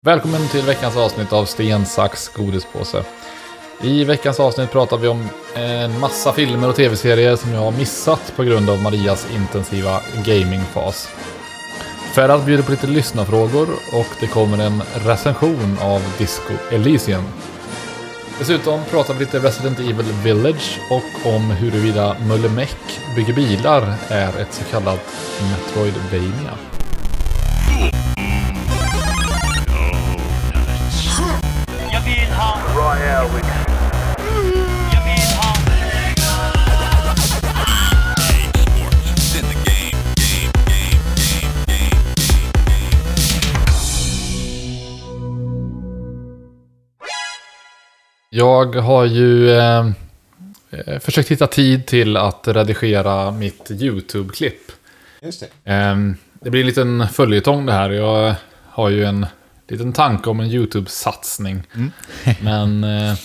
Välkommen till veckans avsnitt av Sten, sax, godispåse. I veckans avsnitt pratar vi om en massa filmer och tv-serier som jag har missat på grund av Marias intensiva gamingfas. Ferhat bjuder på lite lyssnarfrågor och det kommer en recension av Disco Elysium. Dessutom pratar vi lite Resident Evil Village och om huruvida Möller Meck bygger bilar är ett så kallat Metroidvania. Jag vill ha Royale with Jag vill ha Jag har ju försökt hitta tid till att redigera mitt YouTube-klipp. Just det. Det blir en liten följetong det här. Jag har ju en liten tanke om en YouTube-satsning. Men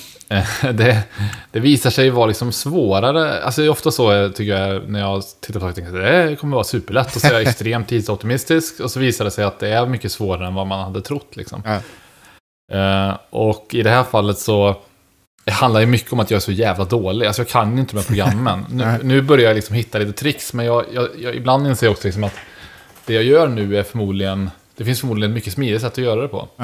det visar sig vara liksom svårare. Alltså det är ofta så tycker jag när jag tittar på det, det kommer vara superlätt. Och så är jag extremt tidsoptimistisk. Och så visar det sig att det är mycket svårare än vad man hade trott liksom. Och i det här fallet så det handlar ju mycket om att jag är så jävla dålig. Alltså jag kan inte med programmen. Nu börjar jag liksom hitta lite tricks. Men jag ibland inser jag också liksom att det jag gör nu är förmodligen... Det finns förmodligen mycket smidigt sätt att göra det på.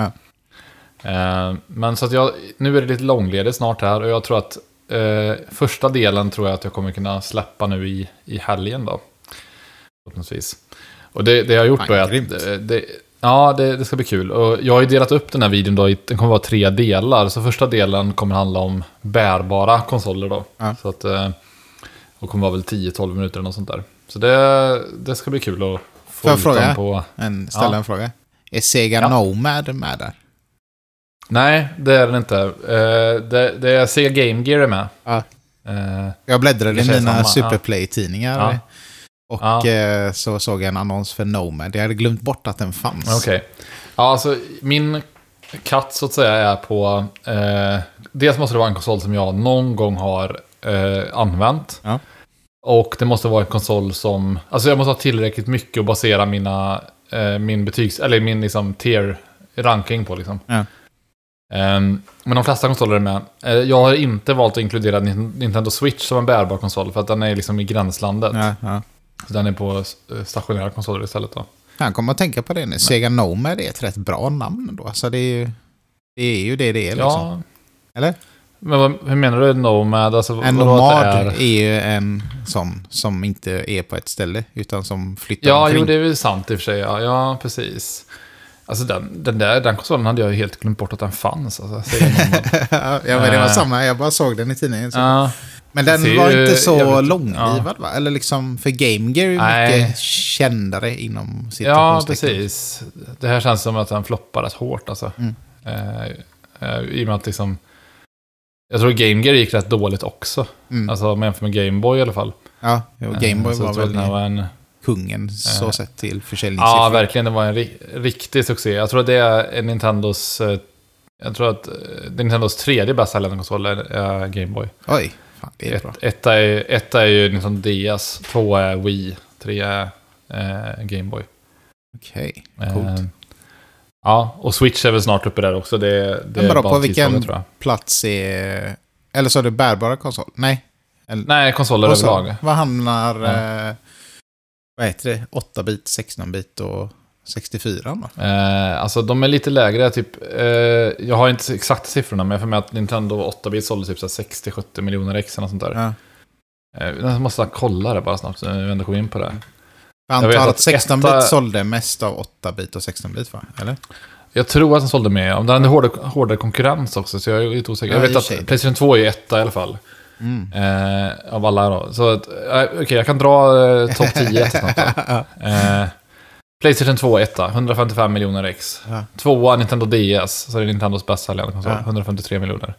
Men så att nu är det lite långledigt snart här. Och jag tror att första delen tror jag att jag kommer kunna släppa nu i helgen då. Förhoppningsvis. Och det jag har gjort då är att... det ska bli kul. Och jag har ju delat upp den här videon då. Den kommer vara 3 delar. Så första delen kommer handla om bärbara konsoler då. Så att... Och kommer vara väl 10-12 minuter eller något sånt där. Så det ska bli kul att få ut dem på... Ställa en fråga. Är Sega Nomad med där? Nej, det är den inte. Det är Sega Game Gear är med. Jag bläddrade i mina samma, Superplay-tidningar. Och så såg jag en annons för Nomad. Jag hade glömt bort att den fanns. Okej. Ja, alltså min katt så att säga är på... dels måste det vara en konsol som jag någon gång har använt. Ja. Och det måste vara en konsol som... Alltså jag måste ha tillräckligt mycket att basera min betygs... Eller min liksom tier-ranking på liksom. Ja. Men de flesta konsoler är med. Jag har inte valt att inkludera Nintendo Switch som en bärbar konsol. För att den är liksom i gränslandet. Ja. Så den är på stationära konsoler istället då. Jag kommer att tänka på det nu. Sega Nomad är ett rätt bra namn då. Alltså det är ju det är liksom. Ja. Eller? Men hur menar du Nomad? Alltså, en nomad är ju en sån som inte är på ett ställe utan som flyttar omkring. Jo, det är väl sant i och för sig. Ja, precis. Alltså den konsolen hade jag helt glömt bort att den fanns. Alltså, ja, men det var samma. Jag bara såg den i tidningen. Men den var inte så långlivad va? Eller liksom, för Game Gear är mycket kändare inom situationstecken. Ja, precis. Det här känns som att den floppar rätt hårt alltså. I och med att liksom... Jag tror Game Gear gick rätt dåligt också. Alltså jämfört med Game Boy i alla fall. Ja, Game Boy var väl kungen så sett till försäljningssiffror. Ja, verkligen. Det var en riktig succé. Jag tror att det är Nintendos... Jag tror att Nintendos 3:e bäst säljande konsol är Game Boy. Oj, fan, det är bra. Ett är ju Nintendo DS, 2 är Wii, 3 är Game Boy. Okej, coolt. Ja, och Switch är väl snart uppe där också. Det är bara bara på vilken tror jag. Plats är... Eller så är det bärbara konsol? Nej, konsoler överlag. Vad hamnar... vad heter det? 8-bit, 16-bit och 64 då? Alltså de är lite lägre typ... jag har inte exakta siffrorna, men jag får med att Nintendo 8-bit sålde typ 60-70 miljoner ex eller sånt där. Jag måste kolla det bara snabbt så jag ändå kom in på det. Jag antar att 16-bit sålde mest av 8-bit och 16-bit va? Eller? Jag tror att den sålde med. Om den hade hårdare konkurrens också, så jag är lite osäker. Jag vet att PlayStation 2 är 1 i alla fall. Av alla då. Så okej, jag kan dra topp 10 snabbt då. PlayStation 2 1, 155 miljoner ex. 2 Nintendo DS, så är det Nintendos bästa säljande konsol, 153 miljoner.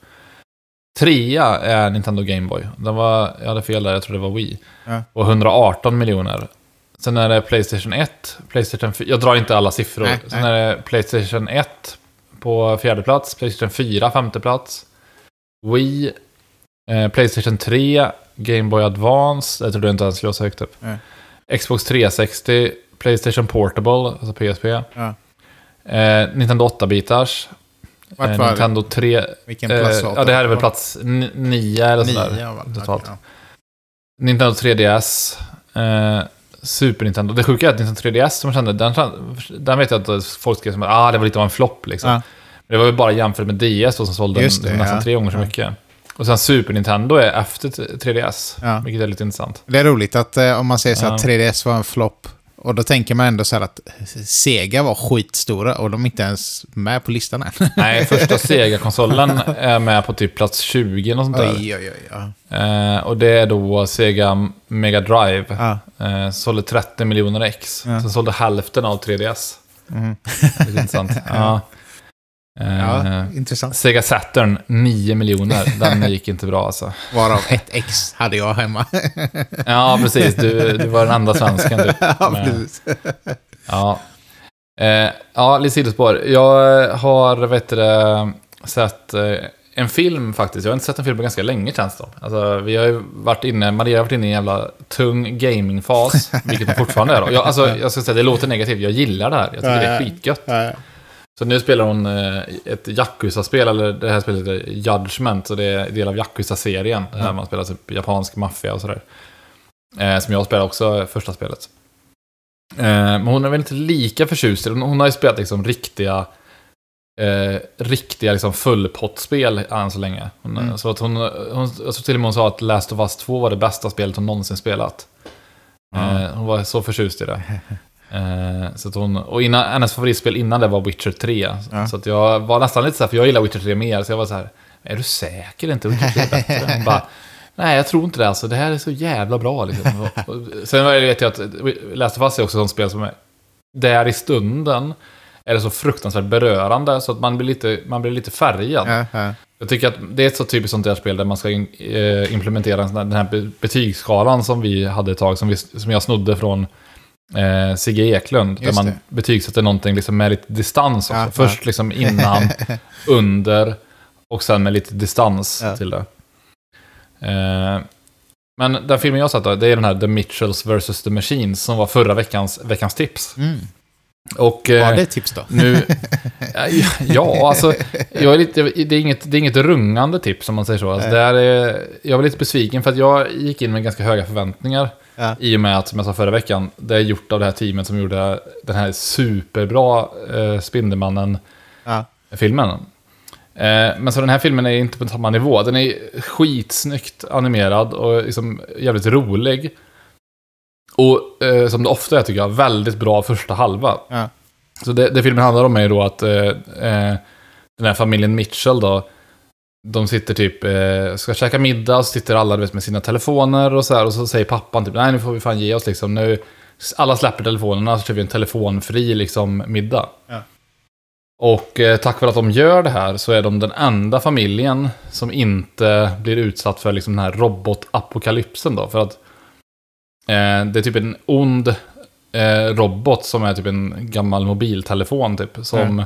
3 är Nintendo Game Boy. Jag hade fel där, jag tror det var Wii. Och 118 miljoner. Sen är det PlayStation 1, PlayStation 4, jag drar inte alla siffror. Sen är det PlayStation 1 på 4:e plats, PlayStation 4 5:e plats, Wii, PlayStation 3, Game Boy Advance, jag tror du inte ens skulle så högt upp. Xbox 360, PlayStation Portable, alltså PSP. Nintendo 8-bitars. Nintendo 3... Vilken plats ja, det här är väl plats 9 eller sådär. Totalt. Ja. Nintendo 3DS. Super Nintendo. Det sjuka är att Nintendo 3DS som jag kände, den vet jag att folk skrev som det var lite av en flopp liksom. Ja. Det var ju bara jämfört med DS då, som sålde nästan 3 gånger så mycket. Och sen Super Nintendo är efter 3DS, vilket är lite intressant. Det är roligt att om man säger så att 3DS var en flopp, och då tänker man ändå så här att Sega var skitstora och de är inte ens med på listan än. Nej, första Sega-konsolen är med på typ plats 20 och sånt där. Oj. Och det är då Sega Mega Drive. Sålde 30 miljoner ex. Sen sålde hälften av 3DS. Det är intressant. Intressant. Sega Saturn, 9 miljoner. Den gick inte bra alltså. Varav ett ex hade jag hemma. Ja, precis. Du var den enda svensken. Ja, precis. Lite sidospår. Jag har sett en film faktiskt. Jag har inte sett en film på ganska länge, känns det. Alltså, vi har ju Maria har varit inne i en jävla tung gamingfas, vilket det fortfarande är då. Jag ska säga, det låter negativt. Jag gillar det här. Jag tycker det är skitgött. Så nu spelar hon ett Yakuza-spel, eller det här spelet heter Judgment, så det är del av Yakuza-serien, där man spelar typ japansk maffia och sådär. Som jag spelar också första spelet. Men hon är väl inte lika förtjust. Hon har ju spelat liksom riktiga liksom fullpottspel än så länge. Så att hon till och med sa att Last of Us 2 var det bästa spelet hon någonsin spelat. Hon var så förtjust i det. Så att hennes favoritspel innan det var Witcher 3. Så att jag var nästan lite så här, för jag gillar Witcher 3 mer, så jag var så här: är du säker inte Witcher 3 bättre? Hon bara: nej, jag tror inte det, alltså, det här är så jävla bra liksom. Sen vet jag att Last of Us är också ett spel som är där i stunden är det så fruktansvärt berörande, så att man blir lite färgad. Jag tycker att det är ett så typiskt sånt där spel där man ska implementera den här betygsskalan som vi hade ett tag, som jag snodde från Sigge Eklund, där man betygsätter någonting liksom med lite distans också. Först liksom innan, under och sen med lite distans till det. Men den filmen jag satt då, det är den här The Mitchells vs. The Machines, som var förra veckans tips. Och det är tips då. Nu, alltså det är inget rungande tips, som man säger så. Alltså, jag var lite besviken för att jag gick in med ganska höga förväntningar. I och med att, som jag sa förra veckan, det är gjort av det här teamet som gjorde den här superbra Spindelmannen-filmen. Men så den här filmen är inte på samma nivå. Den är skitsnyggt animerad och liksom jävligt rolig. Och som det ofta är, tycker jag, väldigt bra första halva. Så det filmen handlar om är då att den här familjen Mitchell då, de sitter typ, ska käka middag, och så sitter alla med sina telefoner och så säger pappan typ: nej, nu får vi fan ge oss liksom, nu alla släpper telefonerna, så kör vi en telefonfri liksom middag. Och tack vare att de gör det här så är de den enda familjen som inte blir utsatt för liksom den här robotapokalypsen då, för att det är typ en ond robot som är typ en gammal mobiltelefon typ, som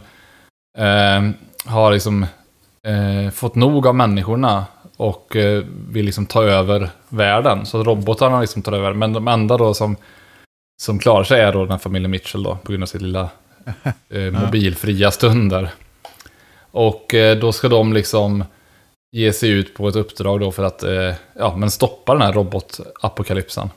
har liksom fått nog av människorna och vill liksom ta över världen. Så robotarna liksom tar över. Men de enda då som klarar sig är då den här familjen Mitchell då, på grund av sitt lilla mobilfria stunder. Och då ska de liksom ge sig ut på ett uppdrag då för att stoppa den här robotapokalypsen.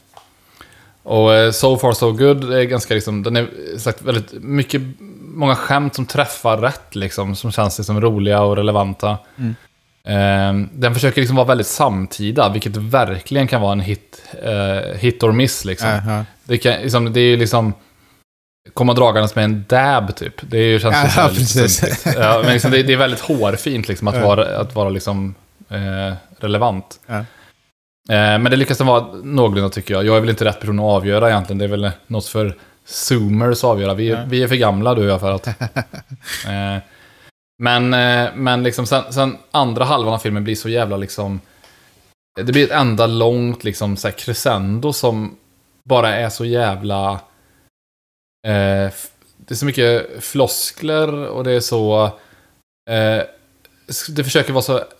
Och So Far So Good är ganska liksom, den är sagt väldigt mycket, många skämt som träffar rätt liksom, som känns liksom roliga och relevanta. Den försöker liksom vara väldigt samtida, vilket verkligen kan vara en hit or miss liksom. Det är ju liksom komma dragandes med en dab typ. Det är ju, känns precis. Men liksom, det är väldigt hårfint liksom att vara liksom relevant. Men det lyckas vara någorlunda, tycker jag. Jag är väl inte rätt person att avgöra egentligen. Det är väl något för zoomers att avgöra. Vi är för gamla, du och jag, för att... Men liksom sen andra halvan av filmen blir så jävla liksom... Det blir ett enda långt liksom så här crescendo som bara är så jävla... det är så mycket floskler och det är så... det försöker vara så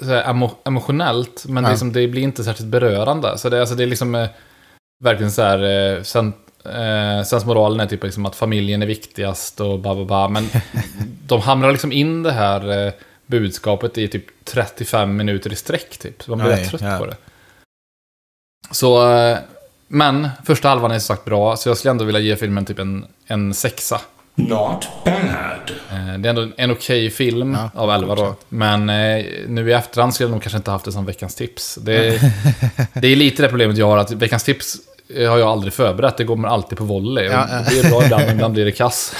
emotionellt, men det blir inte särskilt berörande. Så det är liksom verkligen så här sensmoralen är typ liksom att familjen är viktigast och bababa. Men de hamrar liksom in det här budskapet i typ 35 minuter i sträck typ. Så man blir rätt trött på det. Så, men första halvan är så sagt bra. Så jag skulle ändå vilja ge filmen typ en 6. Not bad. Det är ändå en okej film av 11 då. Men nu i efterhand skulle jag nog kanske inte haft det som veckans tips. Det är lite det problemet jag har, att veckans tips har jag aldrig förberett. Det går alltid på volley. Det är bra ibland, men ibland blir det kass.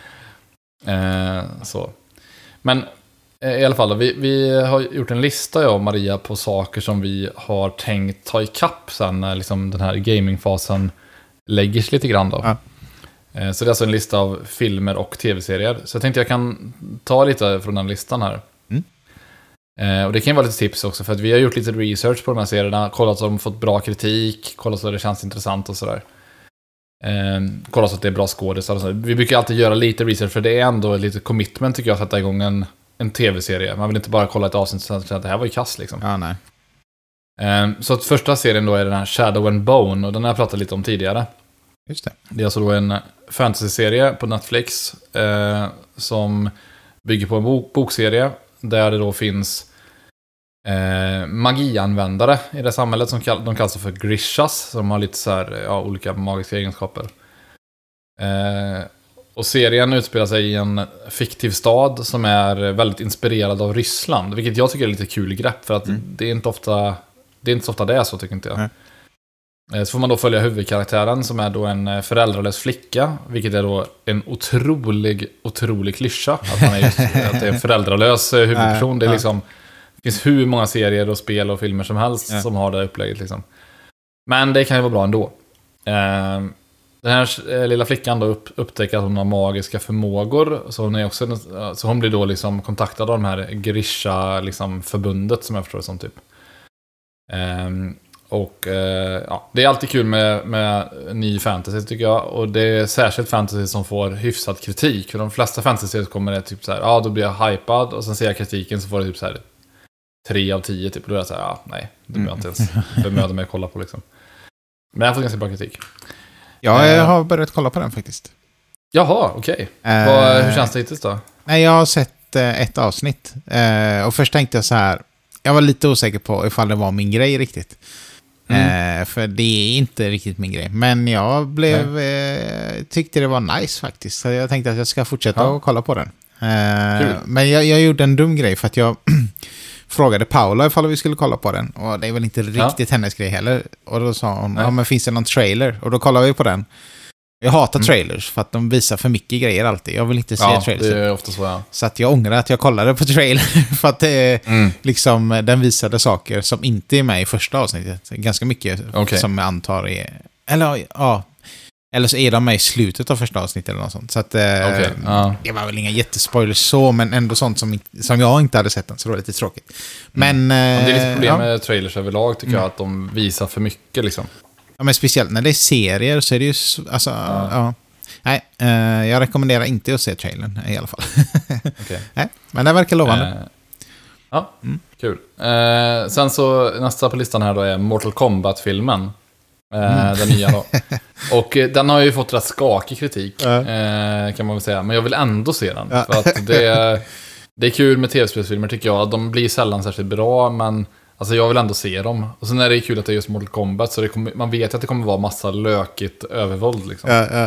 Så. Men i alla fall då, vi har gjort en lista, jag och Maria, på saker som vi har tänkt ta i kapp sen när liksom den här gamingfasen lägger sig lite grann då. Ja. Så det är alltså en lista av filmer och tv-serier. Så jag tänkte jag kan ta lite från den listan här. Och det kan ju vara lite tips också, för att vi har gjort lite research på de här serierna. Kollat så de fått bra kritik, kollat så det känns intressant och sådär. Kollat så att det är bra skådespelare och så. Vi brukar alltid göra lite research, för det är ändå lite commitment tycker jag, att sätta igång en tv-serie. Man vill inte bara kolla ett avsnitt och säga att det här var ju kass liksom. Ja, nej. Så att första serien då är den här Shadow and Bone, och den har jag pratat lite om tidigare. Just det. Det är alltså då en fantasy-serie på Netflix som bygger på en bokserie där det då finns magianvändare i det samhället som de kallas för Grishas, som har lite så här, olika magiska egenskaper. Och serien utspelar sig i en fiktiv stad som är väldigt inspirerad av Ryssland, vilket jag tycker är lite kul grepp, för att det är inte så ofta det är så, tycker inte jag. Så får man då följa huvudkaraktären som är då en föräldralös flicka, vilket är då en otrolig klyscha, att man är just, att det är en föräldralös huvudperson. Det är liksom, det finns hur många serier och spel och filmer som helst som har det upplägget liksom. Men det kan ju vara bra ändå. Den här lilla flickan då upptäcker att hon har magiska förmågor, så hon är också, så hon blir då liksom kontaktad av de här Grisha liksom förbundet, som jag förstår det som typ. Och det är alltid kul med ny fantasy tycker jag. Och det är särskilt fantasy som får hyfsad kritik. För de flesta fantasy kommer det typ så här, då blir jag hypad, och sen ser jag kritiken så får det typ så här 3 av 10 typ. Och då är jag så här, nej, det behöver jag inte ens bemöda mig att kolla på liksom. Men jag har fått ganska bra kritik. Ja, jag har börjat kolla på den faktiskt. Jaha, okej. Hur känns det hittills då? Nej, jag har sett ett avsnitt. Och först tänkte jag så här, jag var lite osäker på ifall det var min grej riktigt. För det är inte riktigt min grej. Men jag tyckte det var nice faktiskt. Så jag tänkte att jag ska fortsätta att kolla på den. Men jag gjorde en dum grej, för att jag frågade Paula ifall vi skulle kolla på den. Och det är väl inte riktigt hennes grej heller. Och då sa hon, men finns det någon trailer? Och då kollade vi på den. Jag hatar trailers för att de visar för mycket grejer alltid. Jag vill inte se trailers. Det är ofta så, Så att jag ångrar att jag kollade på trailer. För att liksom, den visade saker som inte är med i första avsnittet. Ganska mycket som jag antar är... Eller så är de med i slutet av första avsnittet eller något sånt. Så att det var väl inga jättespoilers så, men ändå sånt som jag inte hade sett än, så det var lite tråkigt. Men det är lite problem med trailers överlag tycker jag, att de visar för mycket liksom. Ja, men speciellt när det är serier så är det ju Nej, jag rekommenderar inte att se trailern i alla fall. Nej, men det verkar lovande. Kul. Sen så nästa på listan här då är Mortal Kombat-filmen. Den nya då. Och den har ju fått rätt skakig kritik, kan man väl säga. Men jag vill ändå se den. För att det är kul med tv-spelsfilmer tycker jag. De blir sällan särskilt bra, men alltså jag vill ändå se dem. Och sen är det kul att det är just Mortal Kombat, så man vet att det kommer vara massa lökigt övervåld liksom.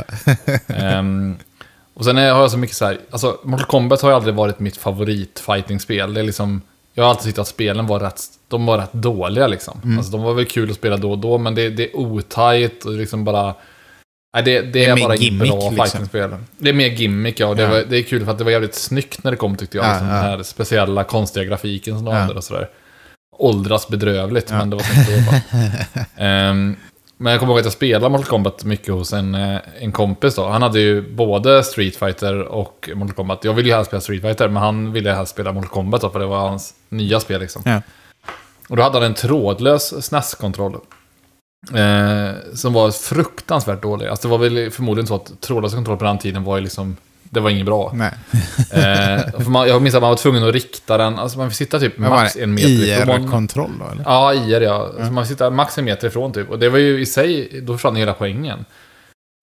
Och sen har jag så mycket så här, alltså Mortal Kombat har ju aldrig varit mitt favoritfighting-spel. Det är liksom, jag har alltid tyckt att spelen var rätt dåliga liksom. Alltså de var väl kul att spela då och då, men det är otajt och liksom bara... Nej, det är bara inget bra fighting-spel. Liksom. Det är mer gimmick, ja. Det är kul för att det var jävligt snyggt när det kom, tyckte jag. Liksom, den här speciella, konstiga grafiken som de hade och sådär. Åldras bedrövligt, men det var inte då. Men jag kommer ihåg att jag spelade Mortal Kombat mycket hos en kompis då. Han hade ju både Street Fighter och Mortal Kombat. Jag ville ju helst spela Street Fighter, men han ville helst spela Mortal Kombat då, för det var hans nya spel liksom. Och då hade han en trådlös SNES-kontroll. Som var fruktansvärt dålig. Alltså det var väl förmodligen så att trådlös kontroll på den tiden var ju liksom... Det var inget bra. Nej. Jag minns att man var tvungen att rikta den. Alltså man fick sitta typ max 1 meter ifrån. IR-kontroll då, eller? Ja, IR, ja. Alltså man fick sitta max 1 meter ifrån typ. Och det var ju i sig, då försvann hela poängen.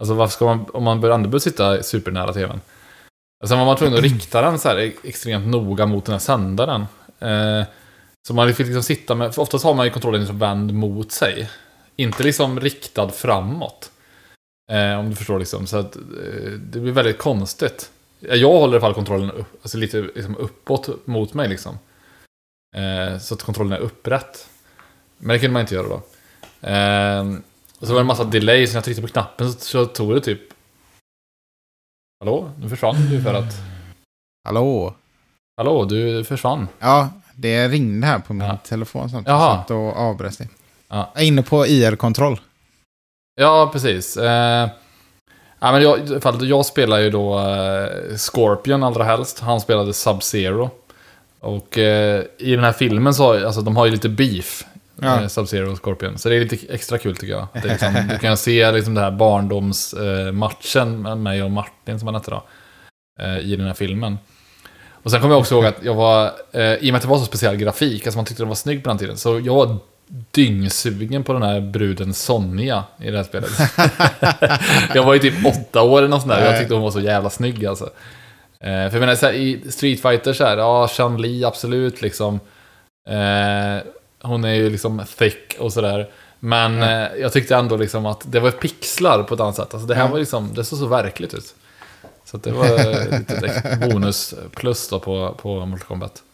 Alltså varför ska man, om man bör sitta supernära tvn. Sen var man tvungen att rikta den så här extremt noga mot den här sändaren. Så man fick liksom sitta med, för oftast har man ju kontrollen liksom vänd mot sig. Inte liksom riktad framåt. Om du förstår liksom. Så att det blir väldigt konstigt. Jag håller i alla fall kontrollen upp, alltså lite liksom uppåt mot mig liksom. Så att kontrollen är upprätt. Men det kunde man inte göra då. Och så var det en massa delay, så när jag tryckte på knappen så tog det typ... Hallå? Nu försvann du för att... Hallå, du försvann. Ja, det ringde här på min telefon. Sånt. Jaha. Så då avbröt det. Ja. Jag är inne på IR-kontroll. Ja, precis. Men jag spelar ju då Scorpion allra helst. Han spelade Sub-Zero. Och i den här filmen så alltså, de har ju lite beef. Sub-Zero och Scorpion. Så det är lite extra kul tycker jag. Det är liksom, du kan se liksom det här barndomsmatchen med mig och Martin som han hette då. I den här filmen. Och sen kommer jag också ihåg att jag var, i och med att det var så speciell grafik, alltså man tyckte det var snygg på den tiden, så jag var dyngsugen på den här bruden Sonja i det här spelet. Jag var ju typ 8 år eller något sånt där, jag tyckte hon var så jävla snygg alltså. För jag menar, så här, i Street Fighter så här, ja, Chun-Li absolut liksom. Hon är ju liksom thick och sådär. Men jag tyckte ändå liksom att det var pixlar på ett annat sätt. Alltså det här var liksom, det såg så verkligt ut. Så att det var lite bonus plus då på Mortal Kombat.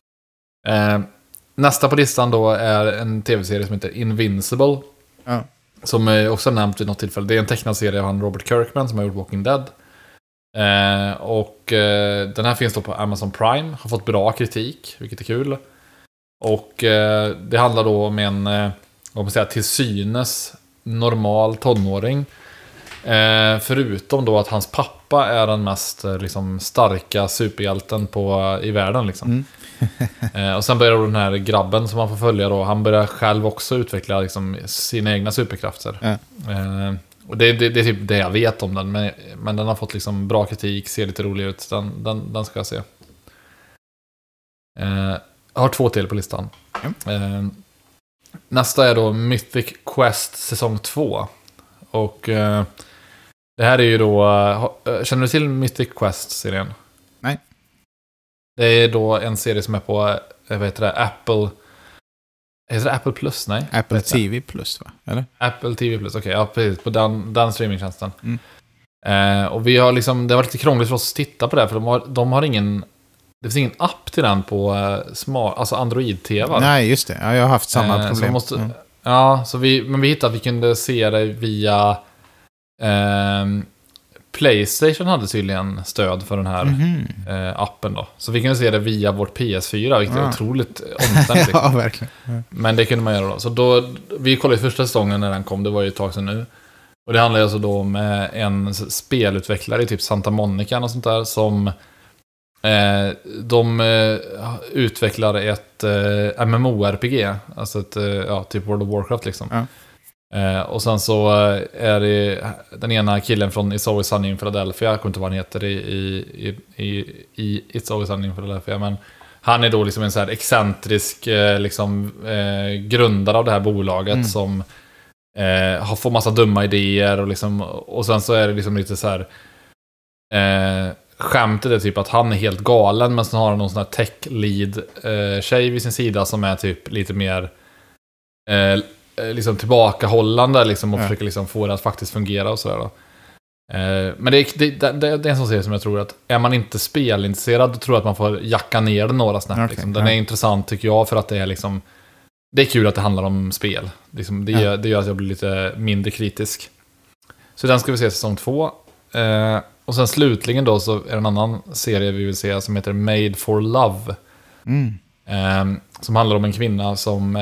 Nästa på listan då är en tv-serie som heter Invincible. Som är också nämnt vid något tillfälle. Det är en tecknad serie av han Robert Kirkman som har gjort Walking Dead. Den här finns då på Amazon Prime. Har fått bra kritik, vilket är kul. Och det handlar då om en vad man säger, till synes normal tonåring. Förutom då att hans pappa är den mest liksom, starka superhjälten i världen liksom. Och sen börjar då den här grabben som man får följa då, han börjar själv också utveckla liksom, sina egna superkrafter. Och det är typ det jag vet om den, men den har fått liksom bra kritik, ser lite rolig ut. Den ska jag se. Jag har 2 till på listan. Nästa är då Mythic Quest säsong 2. Och det här är ju då... känner du till Mythic Quest-serien? Nej. Det är då en serie som är på vad heter det, Apple... Heter det Apple Plus? Nej. Apple TV Plus, va? Eller? Apple TV Plus, okej. Ja, precis. På den streamingtjänsten. Och vi har liksom... Det har varit lite krångligt för oss att titta på det. För de har ingen... Det finns ingen app till den på alltså Android-TV. Nej, just det. Ja, jag har haft samma problem. Så vi hittade att vi kunde se det via PlayStation hade tydligen stöd för den här appen då. Så vi kunde se det via vårt PS4, vilket är otroligt omständigt. Ja, verkligen. Men det kunde man göra då. Så då, vi kollade första säsongen när den kom, det var ju ett tag sedan nu. Och det handlar alltså då om en spelutvecklare i typ Santa Monica och sånt där som de utvecklar ett MMORPG, alltså ett typ World of Warcraft liksom. Och sen så är det den ena killen från It's Always Sunny in Philadelphia, jag kommer inte vad han heter i It's Always Sunny in Philadelphia, men han är då liksom en så här excentrisk liksom, grundare av det här bolaget som har fått massa dumma idéer och liksom, och sen så är det liksom lite så här skämtet är typ att han är helt galen, men sen har han någon sån här tech-lead tjej vid sin sida som är typ lite mer liksom tillbakahållande liksom, och försöker liksom få det att faktiskt fungera och sådär då. Men det är en sån serie som jag tror att är man inte spelintresserad, då tror jag att man får jacka ner den några snabbt. Liksom. Den är intressant tycker jag, för att det är liksom, det är kul att det handlar om spel. Liksom, det gör att jag blir lite mindre kritisk. Så den ska vi se säsong 2. Och sen slutligen då så är det en annan serie vi vill se som heter Made for Love. Som handlar om en kvinna som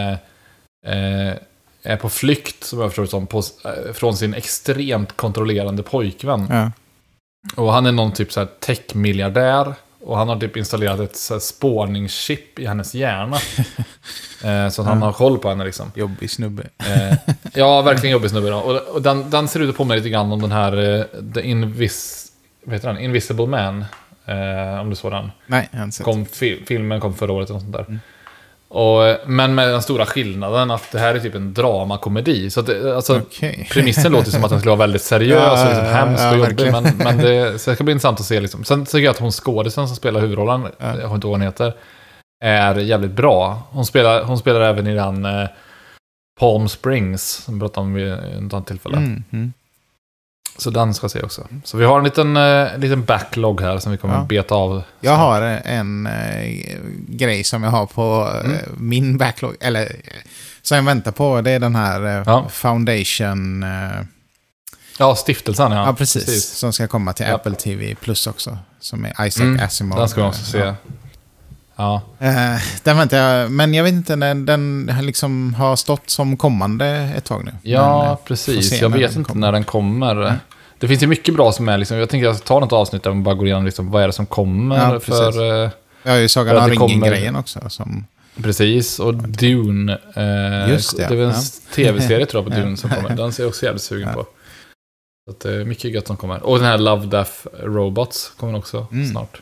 är på flykt, som jag förstår som, från sin extremt kontrollerande pojkvän. Och han är någon typ så här tech-miljardär. Och han har typ installerat ett så här spårningschip i hennes hjärna. Så att han har koll på henne liksom. Jobbig snubbe. Ja, verkligen jobbig snubbe då. Och den ser ut att påminna lite grann om den här Invisible Man. Om du såg den. Nej, jag har inte sett. Filmen kom förra året eller något sånt där. Men med den stora skillnaden att det här är typ en dramakomedi. Så att alltså, premissen låter som att den skulle vara väldigt seriös och liksom hemsk och jobbig. Men så det ska bli intressant att se. Liksom. Sen tycker jag att hon skådisen som spelar huvudrollen, jag har inte vad hon heter, är jävligt bra. Hon spelar även i den Palm Springs som vi pratade om vid ett annat tillfälle. Så den ska jag se också. Så vi har en liten backlog här som vi kommer beta av. Jag har en grej som jag har på min backlog. Eller som jag väntar på. Det är den här Foundation. Ja, stiftelsen. Ja, precis. Som ska komma till Apple TV Plus också. Som är Isaac Asimov. Den ska vi också se. Ja. Den väntar jag. Men jag vet inte när den liksom har stått som kommande ett tag nu. Ja, men, precis. Jag vet inte när den kommer. Det finns ju mycket bra som är liksom, jag tänker att jag tar något avsnitt där man bara går igenom liksom, vad är det som kommer för... Jag har ju Sagan om ringen-grejen också. Som... Precis, och Dune. Just det. Det är väl en tv-serie tror jag på Dune som kommer. Den ser jag också jävligt sugen på. Så att det är mycket gött som kommer. Och den här Love, Death, Robots kommer också snart.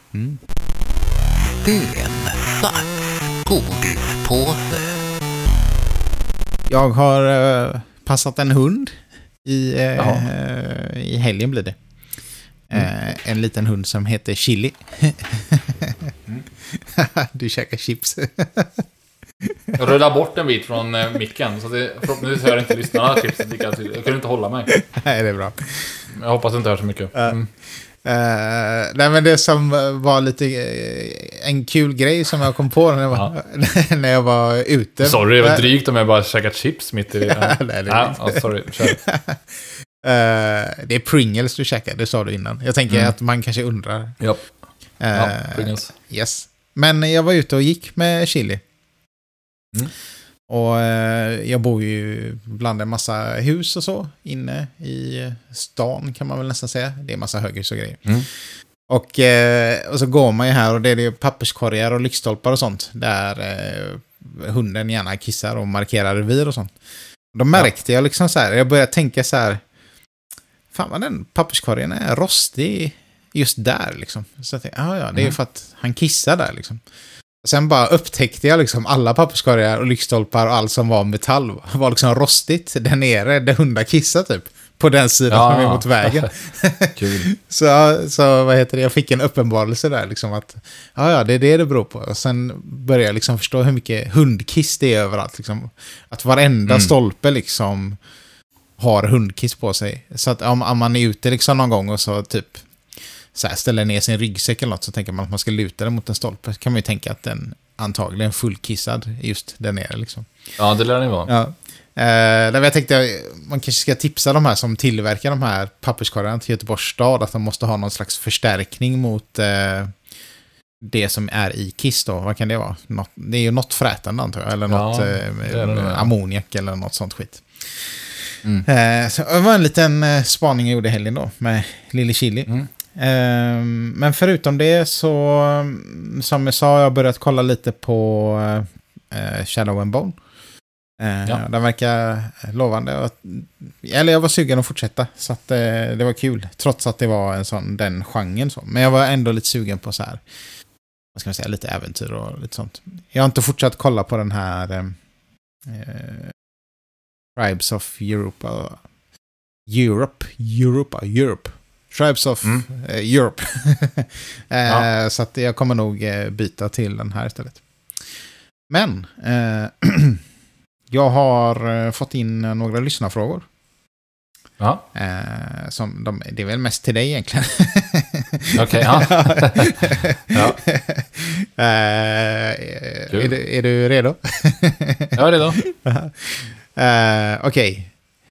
Jag har passat en hund i helgen blir det. En liten hund som heter Chili. Du käkar chips. Jag rullar bort en bit från micken så det, förhoppningsvis hör inte lyssnarna chipset lika tydligt. Jag kunde inte hålla mig. Nej, det är bra. Jag hoppas inte hör så mycket. Nej, men det som var lite en kul grej som jag kom på när jag var ute. Sorry, det var drygt om jag bara käkat chips mitt i det. Nej, sorry, kör. Det är Pringles du käkar, det sa du innan. Jag tänker att man kanske undrar. Ja, Pringles. Yes. Men jag var ute och gick med Chili. Och jag bor ju bland en massa hus och så inne i stan kan man väl nästan säga. Det är en massa höghus och grejer. Och så går man ju här och det är papperskorgar och lyktstolpar och sånt där hunden gärna kissar och markerar revir och sånt. Då märkte jag liksom så här, jag började tänka så här, fan vad den papperskorgen är rostig just där liksom. Så att det är för att han kissar där liksom. Sen bara upptäckte jag liksom alla papperskorgar och lyktstolpar och allt som var metall var liksom rostigt där nere där hundar kissar typ. På den sidan som är mot vägen. Kul. Så vad heter det? Jag fick en uppenbarelse där liksom att det är det beror på. Och sen började jag liksom förstå hur mycket hundkiss det är överallt liksom. Att varenda stolpe liksom har hundkiss på sig. Så att om man är ute liksom någon gång och så typ så här, ställer ner sin ryggsäck eller något så tänker man att man ska luta den mot en stolpe. Så kan man ju tänka att den antagligen är fullkissad just där nere liksom. Ja, det lär det vara. Ja. Där jag tänkte man kanske ska tipsa de här som tillverkar de här papperskorgarna till Göteborgs stad att de måste ha någon slags förstärkning mot det som är i kiss då. Vad kan det vara? Det är ju något frätande antar jag. Eller något ammoniak eller något sånt skit. Så det var en liten spaning jag gjorde i helgen då med Lille Chili. Men förutom det så som jag sa, jag har börjat kolla lite på Shadow and Bone. Den verkar lovande. Eller jag var sugen att fortsätta. Så att det var kul. Trots att det var en sån, den genren så. Men jag var ändå lite sugen på så här, vad ska man säga, lite äventyr och lite sånt. Jag har inte fortsatt kolla på den här Tribes of Europa. Tribes of Europe. Så att jag kommer nog byta till den här istället. Men jag har fått in några lyssnarfrågor. Ja. Det är väl mest till dig egentligen. Okej, ja. Är du redo? Jag är redo. Okej.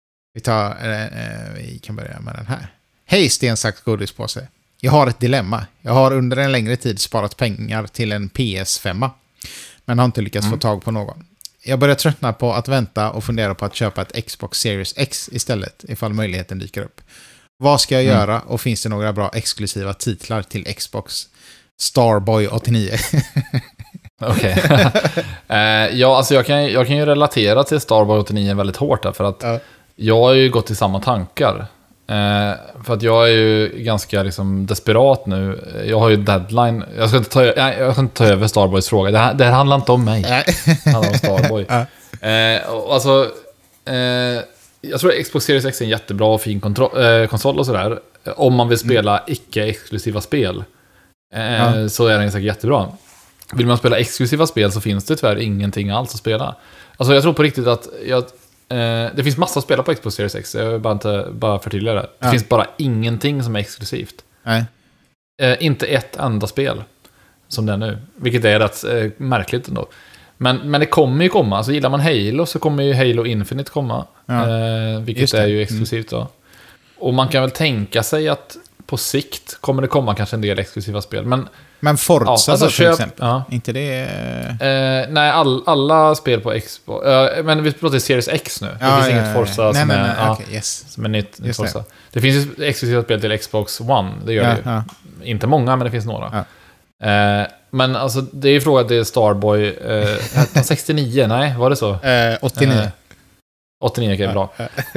Vi kan börja med den här. Hej Sten, sagt godispåse. Jag har ett dilemma. Jag har under en längre tid sparat pengar till en PS5. Men har inte lyckats få tag på någon. Jag börjar tröttna på att vänta och fundera på att köpa ett Xbox Series X istället ifall möjligheten dyker upp. Vad ska jag göra och finns det några bra exklusiva titlar till Xbox? Starboy 89. Okej. Ja, alltså jag kan ju relatera till Starboy 89 väldigt hårt där, för att jag har ju gått i samma tankar. För att jag är ju ganska liksom desperat nu. Jag har ju deadline. Jag ska inte ta över Starboys fråga. Det här handlar inte om mig. Det handlar om Starboy. Alltså, jag tror Xbox Series X är en jättebra och fin konsol och sådär. Om man vill spela icke-exklusiva spel så är den säkert jättebra. Vill man spela exklusiva spel så finns det tyvärr ingenting alls att spela. Alltså jag tror på riktigt att det finns massa att spela på Xbox Series X. Jag vill bara förtydliga det. Det finns bara ingenting som är exklusivt. Nej. Inte ett enda spel som det är nu. Vilket är rätt märkligt ändå. Men det kommer ju komma. Alltså gillar man Halo så kommer ju Halo Infinite komma. Vilket är ju exklusivt då. Och man kan väl tänka sig att på sikt kommer det komma kanske en del exklusiva spel. Men Forza alltså, då, till exempel. Inte det... nej, alla spel på Xbox. Men vi pratar Series X nu. Det finns inget Forza som är nytt Forza. Det finns ju exklusiva spel till Xbox One. Det gör det ju. Inte många, men det finns några. Men alltså, det är ju frågan till Starboy. 69, nej, var det så? 89. 89, okej, bra.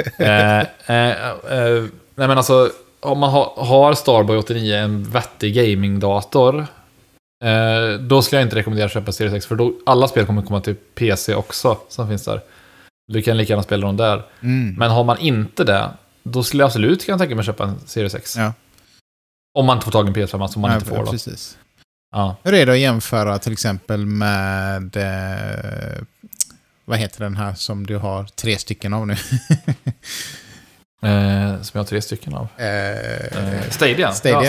Nej, men alltså, om man har Starboy 89 en vettig gamingdator, då skulle jag inte rekommendera att köpa Series X, för då alla spel kommer komma till PC också som finns där. Du kan lika gärna spela dem där. Men har man inte det, då skulle jag absolut kunna tänka mig att köpa en Series X. Om man inte får tag i en PS5 som man inte får då. Precis. Hur är det att jämföra till exempel med vad heter den här som du har 3 stycken av nu? Som jag har 3 stycken av. Stadia.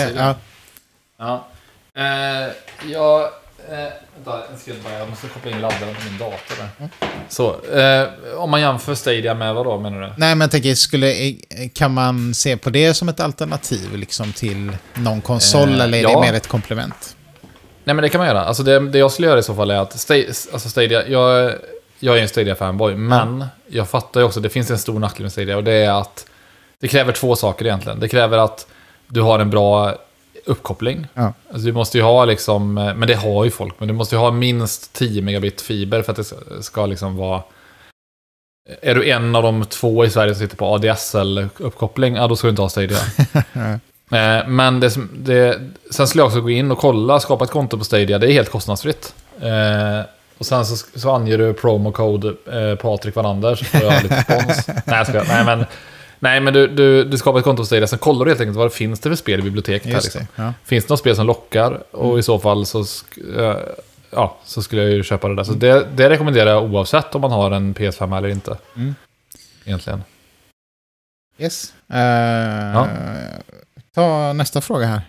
Vänta, en sekund bara. Jag måste koppla in laddaren på min dator där. Så, om man jämför Stadia med vad då, menar du? Nej, men jag tänker, kan man se på det som ett alternativ liksom till någon konsol, eller är det mer ett komplement? Nej, men det kan man göra. Alltså det jag skulle göra i så fall är att Stadia, jag är en Stadia-fanboy, men jag fattar ju också att det finns en stor nackdel med Stadia, och det är att det kräver 2 saker egentligen. Det kräver att du har en bra uppkoppling. Alltså du måste ju ha liksom, men det har ju folk, men du måste ju ha minst 10 megabit fiber för att det ska liksom vara. Är du en av de 2 i Sverige som sitter på ADSL-uppkoppling, då ska du inte ha Stadia. Men sen skulle jag också gå in och skapa ett konto på Stadia. Det är helt kostnadsfritt. Och sen så anger du promocode Patrik Wallander, så får jag lite spons. Nej, men du skapar ett konto på Stadia. Sen kollar du helt enkelt vad det finns för spel i biblioteket här, liksom. Finns det något spel som lockar? Och i så fall så skulle jag ju köpa det där. Så det rekommenderar jag oavsett om man har en PS5 eller inte. Egentligen. Yes. Ta nästa fråga här.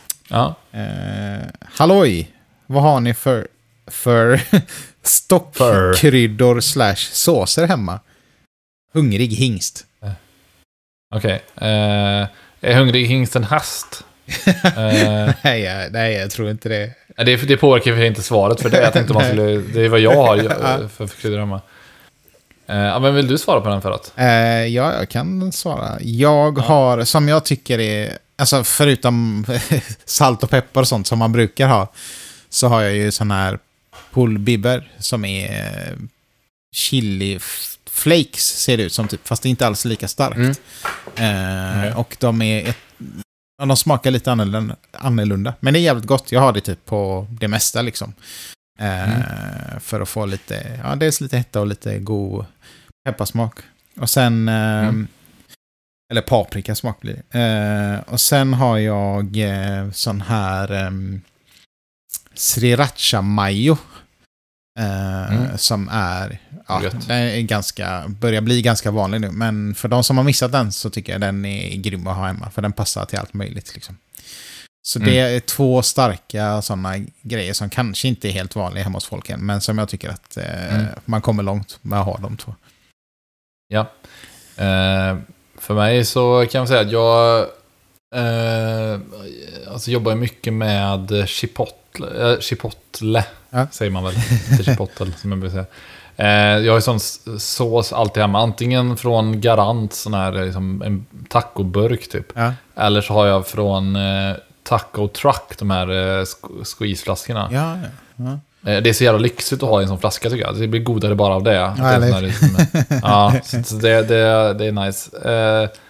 Halloj! Vad har ni för stockkryddor / såser hemma? Hungrig hingst. Okej. Är hungrig hingst en häst? Nej, jag tror inte det. Det påverkar för inte svaret, för det. Jag tänkte det är vad jag har för kryddor hemma. Men vill du svara på den för att? Jag kan svara. Jag har, som jag tycker är, alltså förutom salt och peppar och sånt som man brukar ha, så har jag ju sån här pullbiber som är chili flakes, ser det ut som typ, fast det är inte alls lika starkt. Och de smakar lite annorlunda, men det är jävligt gott. Jag har det typ på det mesta liksom. För att få lite, dels lite hetta och lite god pepparsmak. Och sen eller paprikasmak blir det. Och sen har jag sån här sriracha mayo. Som är den är börjar bli ganska vanlig nu, men för de som har missat den så tycker jag den är grym att ha hemma, för den passar till allt möjligt liksom. Så det är 2 starka sådana grejer som kanske inte är helt vanliga hemma hos folk än, men som jag tycker att man kommer långt med att ha de 2. Ja. För mig så kan jag säga att jag jobbar mycket med chipotle säger man väl, inte chipotle som jag brukar säga. Jag har ju sån sås alltid hemma, antingen från Garant, sån här liksom en tacoburk typ, eller så har jag från Taco Truck, de här squeezeflaskorna. Det är så jävla lyxigt att ha en sån flaska, tycker jag. Det blir godare bara av det. Så det är nice.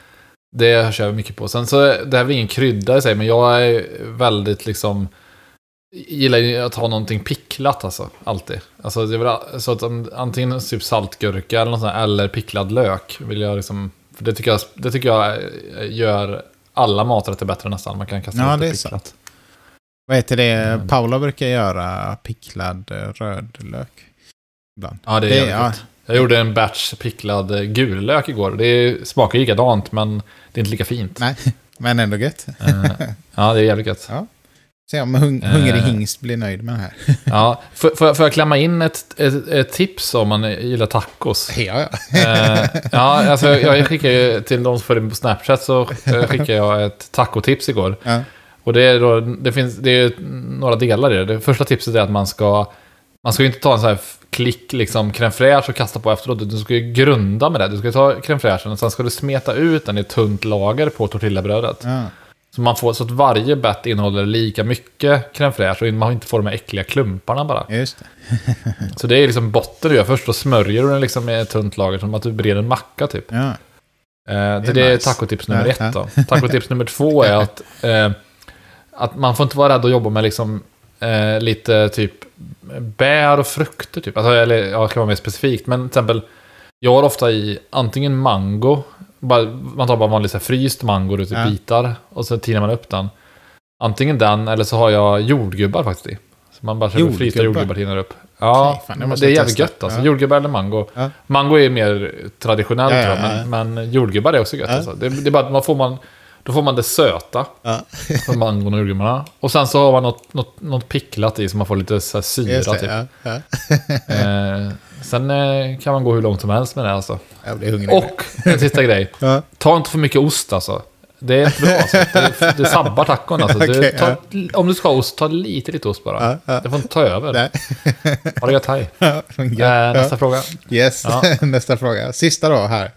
Det kör jag mycket på. Sen så, det här är väl ingen krydda i sig, men jag är väldigt liksom... Gillar ju att ha någonting picklat alltså, alltid. Alltså det är väl så att antingen typ saltgurka eller något sånt, eller picklad lök vill jag liksom... För det tycker jag gör alla maträtter bättre nästan. Man kan kasta lite picklat. Sant. Vad heter det? Paula brukar göra picklad rödlök ibland. Ja, det är jävligt. Jag gjorde en batch picklad gul lök igår. Det smakar likadant, men det är inte lika fint. Nej, men ändå gött. Ja, det är jävligt gött. Ja. Se om hungrig hingst blir nöjd med det här. Ja, får jag klämma in ett tips om man gillar tacos? Ja. Ja, alltså jag skickar ju till de som följer på Snapchat, så skickar jag ett tacotips igår. Ja. Och det är då, det är några delar i det. Det första tipset är att man ska ju inte ta en sån här klick liksom crème fraîche och kasta på efteråt. Du ska ju grunda med det. Du ska ta crème fraîchen och sen ska du smeta ut den i ett tunt lager på tortillabrödet. Ja. Så man får så att varje bett innehåller lika mycket crème fraîche och man inte får de här äckliga klumparna bara. Just det. Så det är liksom botten du gör. Först då smörjer du den liksom med ett tunt lager som att du breder en macka typ. Ja. Det är tacotips nummer 1 då. Tacotips nummer 2 är att man får inte vara rädd att jobba med liksom lite typ bär och frukter typ. Alltså, eller ja, det kan vara mer specifikt. Men till exempel, jag har ofta i antingen mango. Man tar bara vanlig så här, fryst mango ut i bitar. Och så tinar man upp den. Antingen den, eller så har jag jordgubbar faktiskt i. Så man bara köper frysta jordgubbar tinar upp. Ja, okay, det är jävligt gött alltså. Jordgubbar eller mango. Ja. Mango är mer traditionellt tror jag, men jordgubbar är också gött alltså. Det är bara att då får man det söta från mangon och jordgubbarna. Och sen så har man något picklat i så man får lite så här syra typ. Sen kan man gå hur långt som helst med det alltså. Jag blir hungrig. Och en sista grej. Ta inte för mycket ost alltså. Det är inte bra alltså. Det sabbar tacon alltså. Okay, om du ska ha ost, ta lite ost bara. Det får inte ta över. Ha det gött, hej. Nästa fråga. Yes, nästa fråga. Sista då här.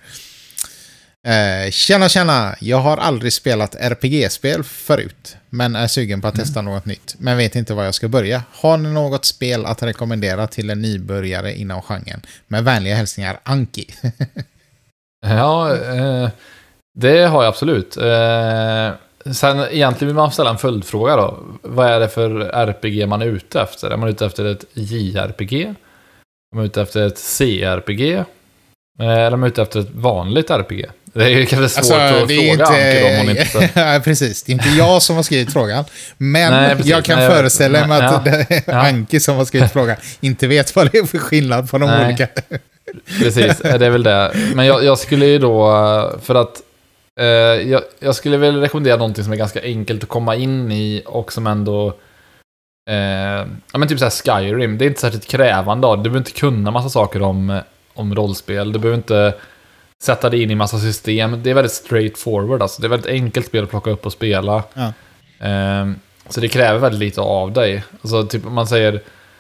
Tjena, jag har aldrig spelat RPG-spel förut, men är sugen på att testa något nytt, men vet inte var jag ska börja. Har ni något spel att rekommendera till en nybörjare inom genren? Med vänliga hälsningar, Anki. Ja, det har jag absolut. Sen egentligen vill man ställa en följdfråga då. Vad är det för RPG man är ute efter? Är man ute efter ett JRPG? Är man ute efter ett CRPG? Eller är man ute efter ett vanligt RPG? Det är kanske svårt att fråga Anke om hon inte... Ja, precis. Det är inte jag som har skrivit frågan. Men jag kan föreställa mig att Anke som har skrivit frågan inte vet vad det är för skillnad på de olika. Precis, det är väl det. Men jag skulle ju då... För att jag skulle väl rekommendera någonting som är ganska enkelt att komma in i och som ändå... Ja, men typ så här Skyrim. Det är inte särskilt krävande. Du behöver inte kunna massa saker om rollspel. Du behöver inte sätta dig in i massa system. Det är väldigt straightforward. Alltså. Det är väldigt enkelt spel att plocka upp och spela. Ja. Så det kräver väldigt lite av dig. Alltså typ om man säger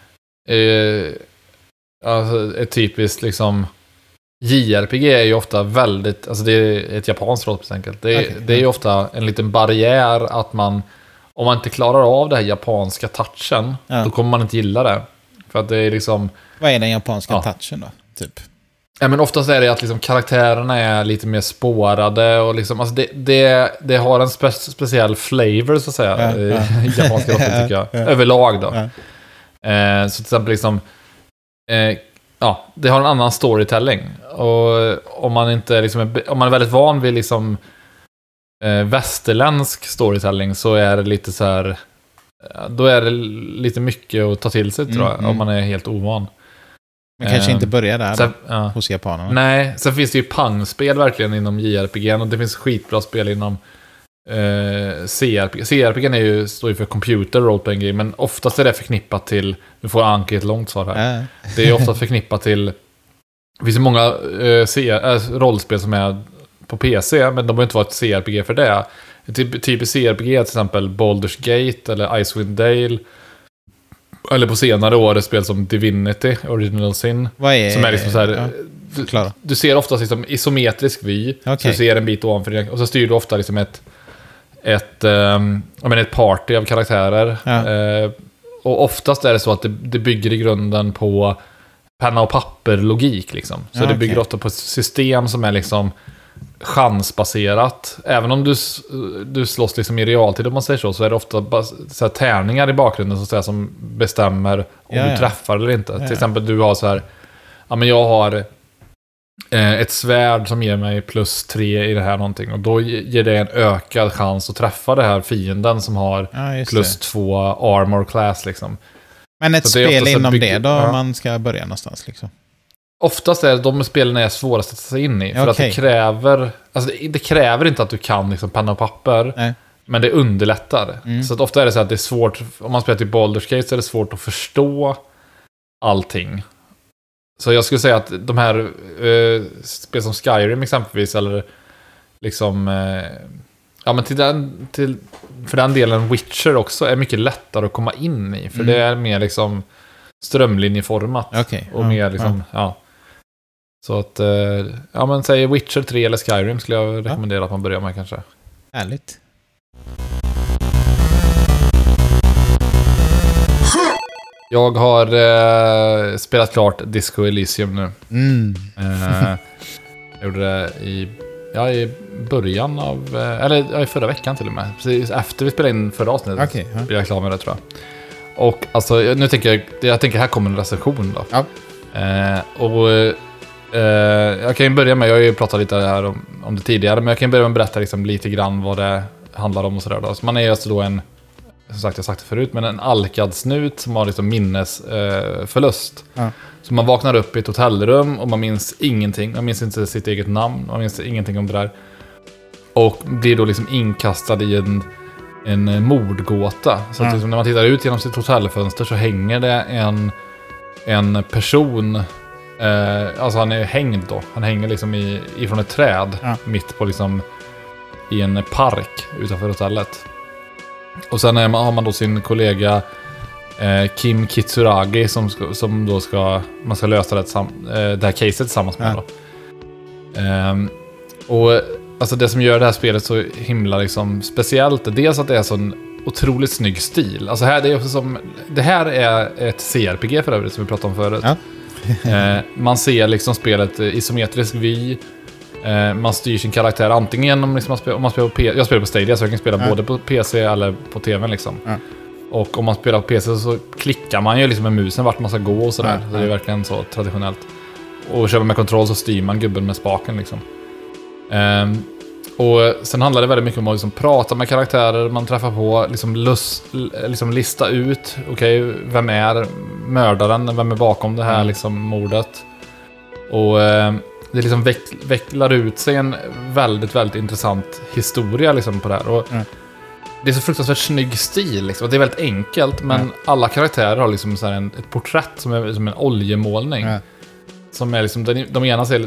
alltså, ett typiskt liksom JRPG är ju ofta väldigt, alltså det är ett japanskt rollspel enkelt. Det är ju ofta en liten barriär att man, om man inte klarar av det här japanska touchen, då kommer man inte gilla det. För att det är liksom... Vad är den japanska touchen då? Typ? Ja, men oftast är det att liksom karaktärerna är lite mer spårade och liksom, alltså det har en speciell flavor så att säga i japanska rollspel tycker jag. Överlag då. Så till exempel liksom det har en annan storytelling. Och om man inte liksom om man är väldigt van vid liksom västerländsk storytelling så är det lite så här, då är det lite mycket att ta till sig tror jag, om man är helt ovan. Men kanske inte börja där hos japanerna. Nej, sen finns det ju pangspel verkligen inom JRPG och det finns skitbra spel inom CRPG. CRPG står ju för Computer Role Playing Game, men oftast är det förknippat till, nu får Anke ett långt svar här. Det är ofta förknippat till, det finns ju många rollspel som är på PC, men de behöver inte vara ett CRPG för det. Typiskt CRPG till exempel Baldur's Gate eller Icewind Dale. Eller på senare år ett spel som Divinity, Original Sin. Som är liksom så här, du ser ofta liksom isometrisk vy. Så du ser en bit ovanför dig. Och så styr du ofta liksom ett party av karaktärer. Och oftast är det så att det bygger i grunden på penna och papper logik liksom. Så det bygger ofta på ett system som är liksom chansbaserat. Även om du slåss liksom i realtid om man säger så är det ofta bara så här tärningar i bakgrunden så att säga, som bestämmer om du träffar eller inte. Till exempel du har så här, ja men jag har ett svärd som ger mig +3 i det här någonting, och då ger det en ökad chans att träffa det här fienden som har +2 armor class liksom. Men ett spel inom det då man ska börja någonstans liksom? Oftast är de spelen är svårast att sätta sig in i. För att det kräver inte att du kan liksom penna och papper. Nej. Men det underlättar. Så att ofta är det så att det är svårt, om man spelar till Baldur's Gate så är det svårt att förstå allting. Så jag skulle säga att de här spel som Skyrim exempelvis, eller liksom ja men för den delen Witcher också är mycket lättare att komma in i, för det är mer liksom strömlinjeformat och mer liksom så att ja men säg Witcher 3 eller Skyrim skulle jag rekommendera att man börjar med kanske. Härligt. Jag har spelat klart Disco Elysium nu. Jag gjorde det i början av eller i förra veckan till och med. Precis efter vi spelade in förra avsnittet blev jag klar med det, tror jag. Och alltså nu tänker jag här kommer en recension då. Ja. Jag kan ju börja med, jag har ju pratat lite här om det tidigare, men jag kan börja med att berätta liksom lite grann vad det handlar om och sådär då. Så man är alltså då som sagt, jag har sagt det förut, men en alkad snut som har liksom minnesförlust. Så man vaknar upp i ett hotellrum och man minns ingenting. Man minns inte sitt eget namn, man minns ingenting om det där. Och blir då liksom inkastad i en mordgåta. Så att liksom när man tittar ut genom sitt hotellfönster så hänger det en person, alltså han är hängd då. Han hänger liksom ifrån ett träd mitt på liksom i en park utanför hotellet. Och sen har man då sin kollega Kim Kitsuragi som då man ska lösa det här caset tillsammans med då. Och alltså det som gör det här spelet så himla liksom speciellt är dels att det är sån otroligt snygg stil. Alltså det här är ett CRPG för övrigt som vi pratade om förut. Man ser liksom spelet isometrisk vy. Man styr sin karaktär antingen liksom om man spelar på jag spelar på Stadia så jag kan spela både på PC eller på TV:n liksom. Och om man spelar på PC så klickar man ju liksom med musen vart man ska gå och sådär. Så det är verkligen så traditionellt. Och kör man med kontroll så styr man gubben med spaken liksom. Och sen handlar det väldigt mycket om att liksom prata med karaktärer man träffar på, liksom lista ut vem är mördaren, vem är bakom det här liksom mordet. Och det liksom vecklar ut sig en väldigt, väldigt intressant historia liksom på det här. Och det är så fruktansvärt snygg stil liksom. Det är väldigt enkelt, men alla karaktärer har liksom så här ett porträtt som är som en oljemålning. Som är liksom, de ena ser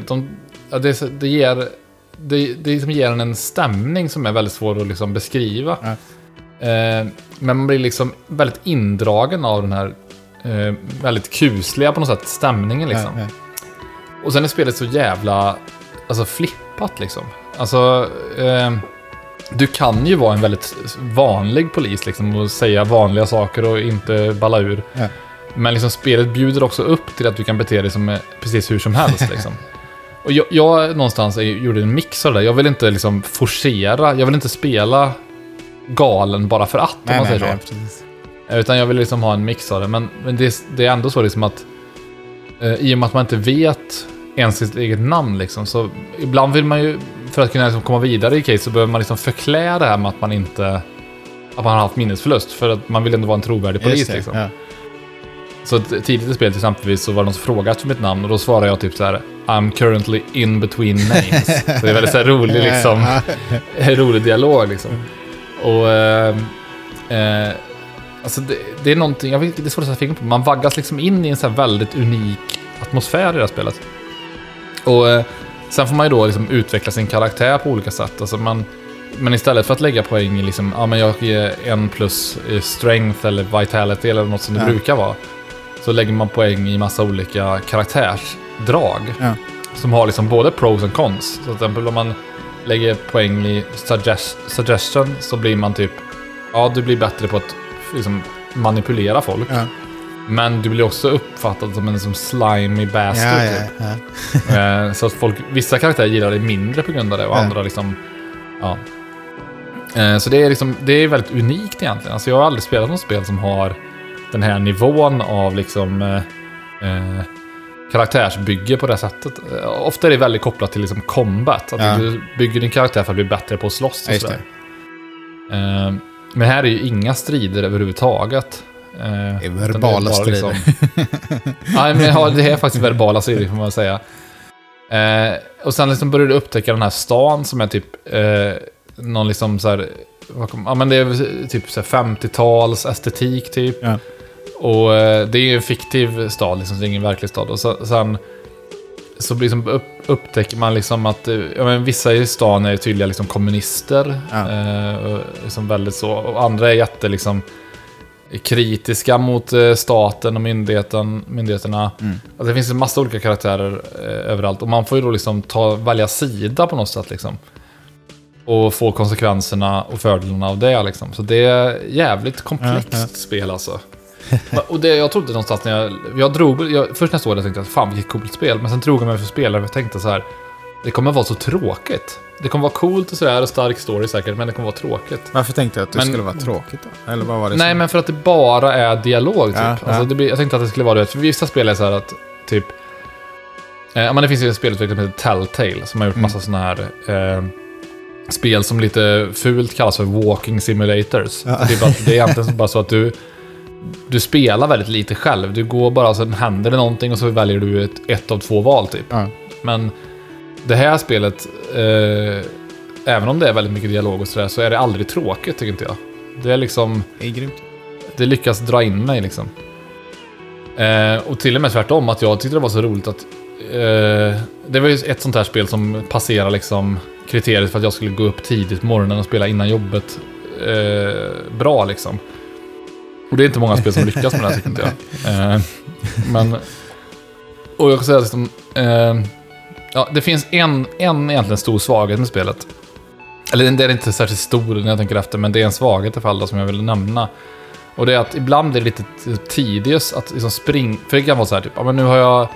det liksom ger en stämning som är väldigt svår att liksom beskriva. Men man blir liksom väldigt indragen av den här väldigt kusliga på något sätt stämningen liksom. Och sen är spelet så jävla flippat liksom. Alltså du kan ju vara en väldigt vanlig polis liksom och säga vanliga saker och inte balla ur. Men liksom spelet bjuder också upp till att du kan bete dig som precis hur som helst liksom. Och jag någonstans gjorde en mix av det. Jag vill inte liksom forcera, jag vill inte spela galen bara för att, om man säger så. Precis. Utan jag vill liksom ha en mix av det. Men det är ändå så liksom att i och med att man inte vet ens sitt eget namn liksom, så ibland vill man ju, för att kunna liksom komma vidare i case, så behöver man liksom förklä det här med att man har haft minnesförlust, för att man vill ändå vara en trovärdig polis liksom. Så tidigt i spelet exempelvis så var det någon som frågade efter mitt namn, och då svarade jag typ så här: I'm currently in between names. Så det är väldigt så här rolig liksom rolig dialog liksom. Och alltså det är någonting, jag vet, det är svårt att sätta fingret på. Man vaggas liksom in i en så här väldigt unik atmosfär i det här spelet. Och sen får man ju då liksom utveckla sin karaktär på olika sätt. Alltså men istället för att lägga poäng i liksom, men jag ger 1+ strength eller vitality eller något som det brukar vara, så lägger man poäng i massa olika karaktärsdrag som har liksom både pros och cons. Så till exempel om man lägger poäng i suggestion så blir man typ, du blir bättre på att liksom manipulera folk. Men du blir också uppfattad som en slimy bastard. Ja. Så att vissa karaktärer gillar det mindre på grund av det och andra liksom... Ja. Så det är liksom, det är väldigt unikt egentligen. Alltså jag har aldrig spelat något spel som har den här nivån av liksom karaktärsbygge på det sättet. Ofta är det väldigt kopplat till liksom combat. Att du bygger din karaktär för att bli bättre på att slåss och sådär. Men här är ju inga strider överhuvudtaget. Det är verbala strider. Nej, men det är faktiskt verbala strider får man säga. Och sen liksom börjar du upptäcka den här stan som är typ någon liksom så här, ja men det är typ så här 50-tals estetik typ. Ja. Och det är ju en fiktiv stad liksom, det är ingen verklig stad. Och sen så liksom upptäcker man liksom att ja, men vissa i stan är tydliga liksom kommunister. Och liksom väldigt så, och andra är jätte liksom kritiska mot staten och myndigheterna. Alltså det finns en massa olika karaktärer överallt. Och man får ju då liksom välja sida på något sätt liksom. Och få konsekvenserna och fördelarna av det liksom. Så det är jävligt komplext spel alltså. Och det jag trodde någonstans när först nästa år jag tänkte att fan vilket coolt spel. Men sen drog jag mig för spelare och jag tänkte så här: det kommer vara så tråkigt. Det kommer vara coolt och sådär och stark story säkert, men det kommer vara tråkigt. Varför tänkte jag att det skulle vara tråkigt då? Eller vad var det? Nej, men för att det bara är dialog typ. Alltså, jag tänkte att det skulle vara det. För vissa spel är så här att typ... men det finns ju ett spelutvecklare som heter Telltale som har gjort massa såna här spel som lite fult kallas för walking simulators. Det är egentligen bara så att du spelar väldigt lite själv. Du går bara och sen händer det någonting och så väljer du ett av två val typ. Men det här spelet, även om det är väldigt mycket dialog och sådär, så är det aldrig tråkigt tycker inte jag. Det är liksom... Det är grymt. Det lyckas dra in mig liksom. Och till och med tvärtom att jag tyckte det var så roligt att det var ju ett sånt här spel som passerar liksom kriteriet för att jag skulle gå upp tidigt på morgonen och spela innan jobbet bra liksom. Och det är inte många spel som lyckas med det här tycker inte jag. Men och jag kan säga liksom ja, det finns en egentligen stor svaghet med spelet. Eller det är inte särskilt stor när jag tänker efter, men det är en svaghet i alla fall då, som jag vill nämna. Och det är att ibland är det lite tedious att liksom för det kan vara så här typ, ja men nu har jag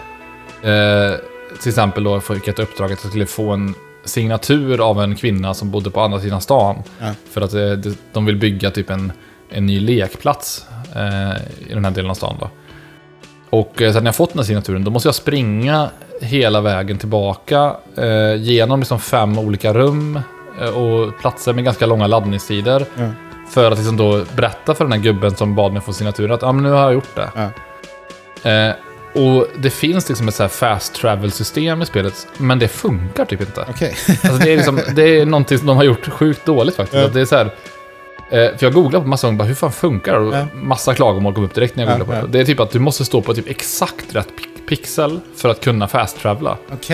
till exempel då fick ett uppdrag att jag skulle få en signatur av en kvinna som bodde på andra sidan stan. För att de vill bygga typ en ny lekplats i den här delen av stan då. Och sen när jag fått den här signaturen, då måste jag springa hela vägen tillbaka genom liksom 5 olika rum och platser med ganska långa laddningstider för att liksom då berätta för den här gubben som bad mig få signaturen att men nu har jag gjort det. Och det finns liksom ett så här fast travel system i spelet, men det funkar typ inte. Alltså det är liksom, det är någonting som de har gjort sjukt dåligt faktiskt. Det är så här, för jag googlade på massa gånger bara, hur fan funkar det? Och massa klagomål kom upp direkt när jag googlade på det. Det är typ att du måste stå på typ exakt rätt pixel för att kunna fast travela.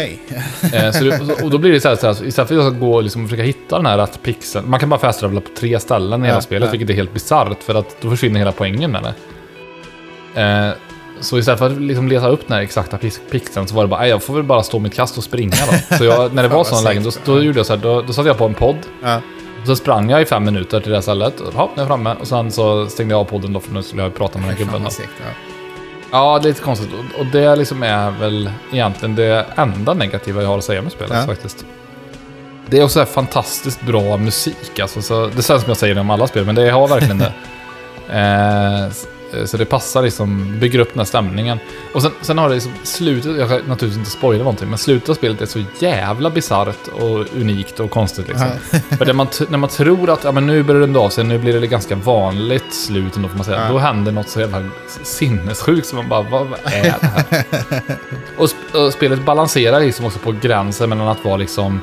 Och då blir det så här istället för att gå och liksom försöka hitta den här rätt pixeln. Man kan bara fast travela på 3 ställen i hela spelet, vilket är helt bizarrt för att då försvinner hela poängen med det. Så istället för att liksom leta upp den här exakta pixeln så var det bara, jag får väl bara stå mitt kast och springa då. Så när det var sån lägen, då gjorde jag så här, då satte jag på en podd. Så sprang jag i 5 minuter till det här stället. Och nu är jag framme. Och sen så stängde jag av podden då, för nu skulle jag prata med den här gubben. Ja, det är lite konstigt. Och det liksom är väl egentligen det enda negativa jag har att säga med spelet faktiskt. Det är också här fantastiskt bra musik. Alltså, så det känns som jag säger om alla spel, men det har verkligen det. Så det passar liksom, bygger upp den här stämningen. Och sen har det liksom slutet, jag kan naturligtvis inte spoila någonting, men slutet av spelet är så jävla bizarrt och unikt och konstigt liksom. För när man tror att men nu börjar det ändå av sig, nu blir det ganska vanligt slut ändå, får man säga. Då händer något så jävla sinnessjukt som man bara, vad är det här? och spelet balanserar liksom också på gränsen mellan att vara liksom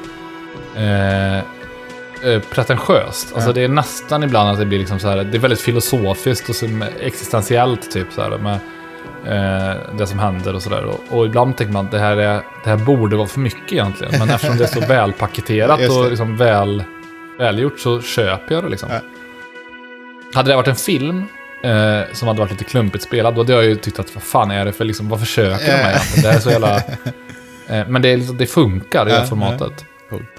pretentiöst. Alltså det är nästan ibland att det blir liksom så här, det är väldigt filosofiskt och existentiellt typ så här med det som händer och sådär. Och ibland tänker man att det här borde vara för mycket egentligen, men eftersom det är så välpaketerat och liksom välgjort så köper jag det liksom. Hade det varit en film som hade varit lite klumpigt spelad, då hade jag ju tyckt att vad fan är det för liksom, vad försöker de här egentligen? Det är så jävla men det funkar i det här formatet.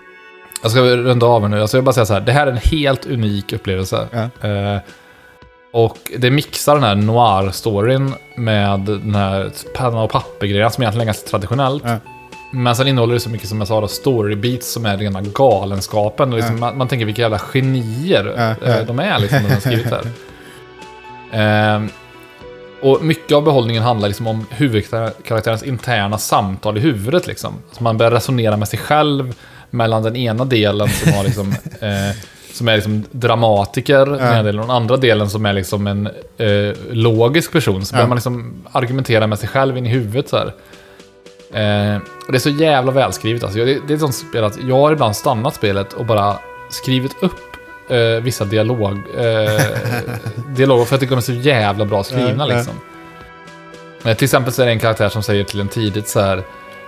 Jag ska runda av nu. Alltså jag vill bara säga så här, det här är en helt unik upplevelse. Och det mixar den här noir-storyn med den här penna och papper-grejen som egentligen är ganska traditionellt. Men sen innehåller det så mycket som jag sa då, storybeats som är rena galenskapen. Och liksom, man tänker vilka jävla genier de är liksom när de har skrivit här. Och mycket av behållningen handlar liksom om huvudkaraktärens interna samtal i huvudet liksom. Så man börjar resonera med sig själv mellan den ena delen som har liksom som är liksom dramatiker och den andra delen som är liksom en logisk person. Så börjar man liksom argumentera med sig själv in i huvudet så här. Och det är så jävla välskrivet alltså. Det är ett sånt spel att jag har ibland stannat spelet och bara skrivit upp vissa dialoger för att det kommer så jävla bra skrivna liksom. Till exempel så är det en karaktär som säger till en tidigt så här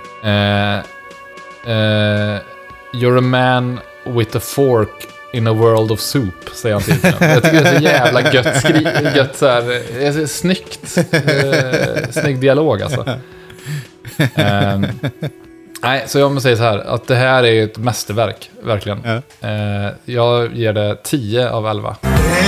you're a man with a fork in a world of soup, säger han till. Jag tycker det är så jävla gött så här, det är så snygg dialog alltså. Nej, så jag måste säga så här att det här är ett mästerverk, verkligen. Jag ger det 10 av 11.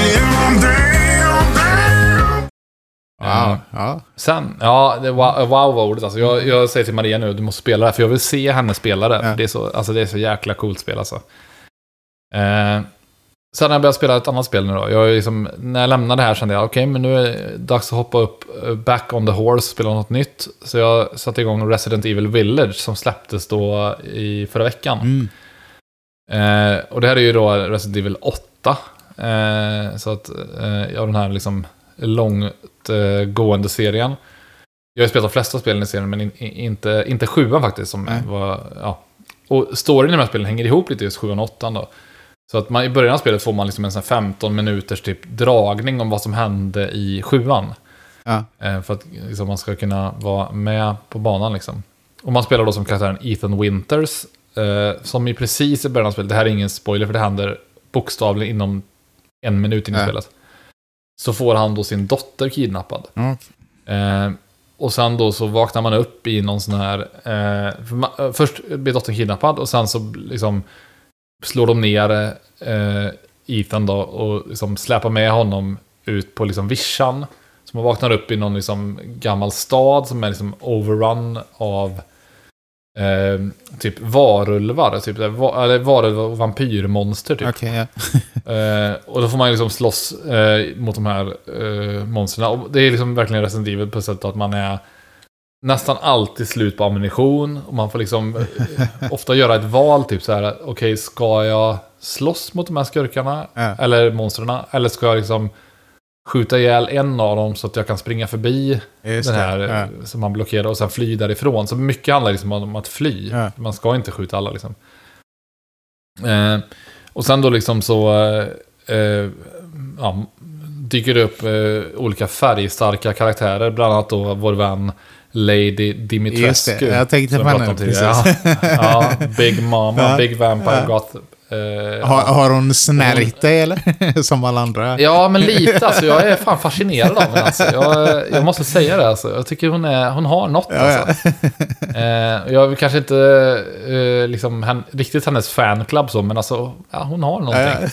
Sen, det wow-ordet alltså. Jag säger till Maria nu, du måste spela det här, för jag vill se henne spela det. Det är så jäkla coolt spel alltså. Sen när jag började spela ett annat spel nu då. När jag lämnade det här kände jag okej, men nu är det dags att hoppa upp back on the horse och spela något nytt. Så jag satte igång Resident Evil Village som släpptes då i förra veckan. Och det här är ju då Resident Evil 8. Så att den här liksom långt gående serien. Jag har spelat de flesta spelen i serien, men inte 7:an faktiskt som var, Och storyn i de här spelen hänger ihop lite just 7:an och 8:an då. Så att i början av spelet får man liksom en sån 15 minuters typ dragning om vad som hände i 7:an. För att liksom, man ska kunna vara med på banan liksom. Och man spelar då som karaktären Ethan Winters, som i precis i början av spelet, det här är ingen spoiler för det händer bokstavligen inom 1 minut in i spelet. Så får han då sin dotter kidnappad. Och sen då så vaknar man upp i någon sån här först blir dottern kidnappad och sen så liksom slår de ner Ethan då och liksom släpar med honom ut på liksom vischan. Så man vaknar upp i någon liksom gammal stad som är liksom overrun av typ varulvar typ, eller varulvar och vampyrmonster typ. Och då får man liksom slåss mot de här monsterna. Och det är liksom verkligen Resident Evil på sättet att man är nästan alltid slut på ammunition och man får liksom ofta göra ett val typ så här: okej, ska jag slåss mot de här skurkarna eller monsterna, eller ska jag liksom skjuta ihjäl en av dem så att jag kan springa förbi den här som man blockerar och sen fly därifrån. Så mycket handlar liksom om att fly. Man ska inte skjuta alla liksom. Och sen då liksom så dyker det upp olika färgstarka karaktärer, bland annat då vår vän Lady Dimitrescu. Just det, jag tänkte på henne precis. Big Mama, Big Vampire Goth. Har hon snärjt dig eller? Som alla andra? Ja, men lite. Alltså, jag är fan fascinerad av henne. Alltså. Jag måste säga det. Alltså. Jag tycker hon har något. Alltså. Jag vill kanske inte liksom, riktigt hennes fanclub så, men alltså, hon har någonting.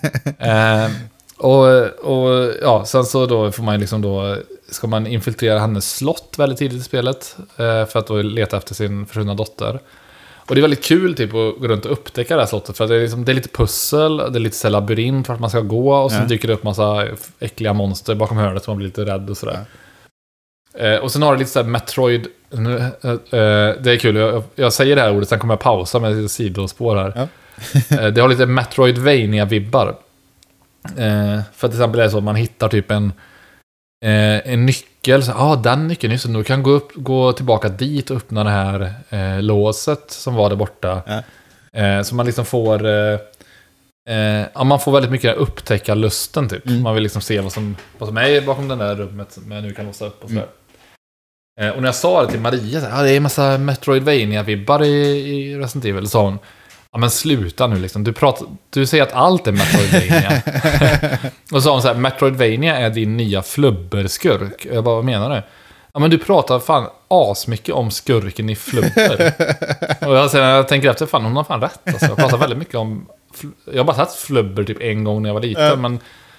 Sen så då får man liksom då, ska man infiltrera hennes slott väldigt tidigt i spelet för att då leta efter sin försvunna dotter. Och det är väldigt kul typ att gå runt och upptäcka det här slottet, för att det är lite pussel, det är lite så labyrint vart man ska gå, och sen dyker det upp massa äckliga monster bakom hörnet så man blir lite rädd och sådär. Och sen har det lite så här Metroid, det är kul, jag säger det här ordet, sen kommer jag pausa med lite sidospår här. Det har lite Metroidvania-vibbar. För till exempel är det så att man hittar typ en nyckel, så, den nyckeln just nu kan gå tillbaka dit och öppna det här låset som var där borta. Så man liksom får man får väldigt mycket upptäcka lusten typ. Man vill liksom se vad som är bakom den där rummet men nu kan låsa upp och sådär. Och när jag sa det till Maria så det är en massa Metroidvania-vibbar i Resident Evil, sa hon: ja, men sluta nu liksom. Du säger att allt är Metroidvania. Och så sa hon så här: Metroidvania är din nya flubberskurk. Jag bara, vad menar du? Ja, men du pratar fan asmycket om skurken i flubber. Och jag tänker efter, fan, hon har fan rätt. Alltså, jag pratar väldigt mycket om... Jag har bara sett flubber typ en gång när jag var liten, men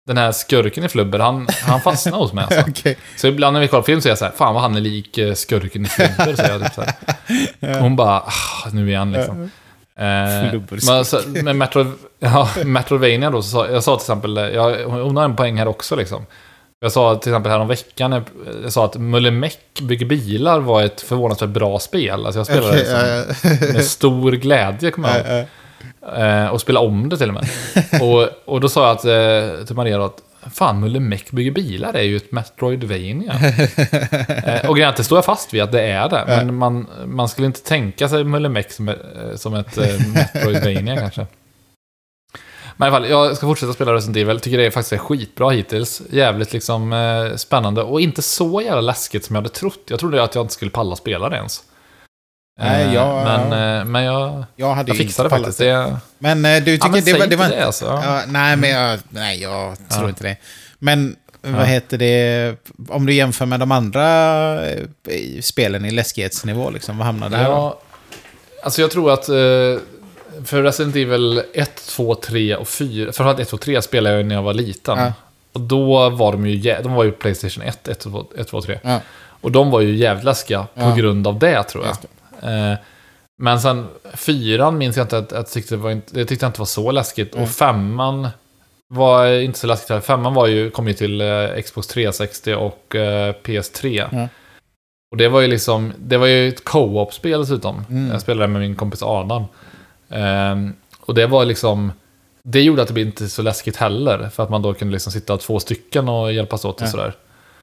den här skurken i Flubber, han fastnar hos mig alltså. Okej. Så ibland när vi kollar film så är jag så här, fan vad han är lik skurken i Flubber, säger jag typ så här. Hon bara, nu är han liksom. Med Metroidvania då, så jag sa till exempel, hon har en poäng här också liksom. Jag sa till exempel här om veckan, jag sa att Mulle Meck bygger bilar var ett förvånansvärt bra spel. Alltså jag spelade det med stor glädje, kommer jag ihåg. Och spela om det till och med. och då sa jag till Maria att fan, Mulle Meck bygger bilar är ju ett Metroidvania. Och grejen, det står jag fast vid att det är det. Men man skulle inte tänka sig Mulle Meck som ett Metroidvania kanske. Men i alla fall, jag ska fortsätta spela Resident Evil. Tycker det faktiskt är skitbra hittills. Jävligt liksom spännande. Och inte så jävla läskigt som jag hade trott. Jag trodde att jag inte skulle palla spela det ens. Nej, men jag fixade det faktiskt. Men du tycker det var det alltså. Ja, nej, jag tror inte det. Men vad heter det, om du jämför med de andra spelen i läskighetsnivå liksom, vad hamnar där? Ja, alltså jag tror att för Resident Evil 1, 2, 3 och 4, framförallt 1, 2, 3 spelade jag när jag var liten. Och då var de var ju PlayStation 1, 2, 3. Och de var ju jävligt läskiga på grund av det, tror jag. Men sen 4 minns jag inte att jag tyckte jag inte var så läskigt. Och 5 var inte så läskigt. 5 kom ju till Xbox 360 och PS3. Och det var ju liksom, det var ju ett co-op-spel dessutom. Jag spelade med min kompis Adam. Och det var liksom, det gjorde att det blev inte så läskigt heller, för att man då kunde liksom sitta 2 stycken och hjälpas åt och sådär.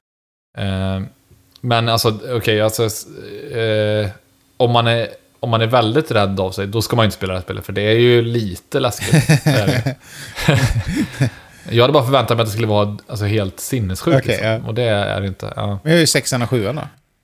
Men alltså, okej, alltså om man är väldigt rädd av sig, då ska man inte spela det här spelet, för det är ju lite läskigt. Jag hade bara förväntat mig att det skulle vara alltså helt sinnessjukt liksom. Och det är det inte. Men hur är 6:an och 7:an då?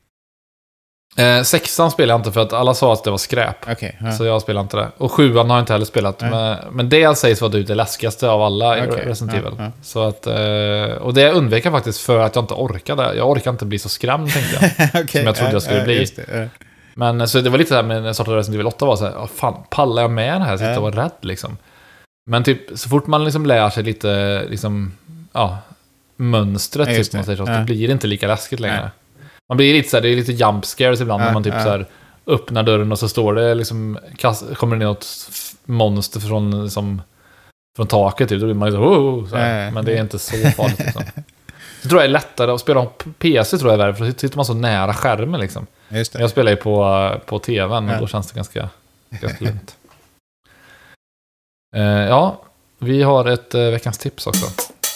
6:an spelade jag inte för att alla sa att det var skräp. Så jag spelade inte det. Och 7:an har jag inte heller spelat. Men det sägs vara det läskigaste av alla Resident Evil. Så att, och det undvek jag faktiskt för att jag inte orkade. Jag orkar inte bli så skrämd, tänkte jag. Som jag trodde jag skulle bli. Men så det var lite så här med när jag startade Resident Evil 8 var så här, fan, pallar jag med det här? Sitta och vara rädd liksom. Men typ så fort man liksom lär sig lite liksom, mönstret typ, man säger så, det blir inte lika läskigt längre. Man blir lite så här, det är lite jump scares ibland när man typ så här öppnar dörren och så står det liksom, kommer det ner något monster från taket typ, då blir man lite så här. Men det är inte så farligt liksom. Jag tror det är lättare att spela på PC, tror jag, är för då sitter man så nära skärmen liksom. Jag spelar ju på tvn och då känns det ganska lugnt. Vi har ett veckans tips också.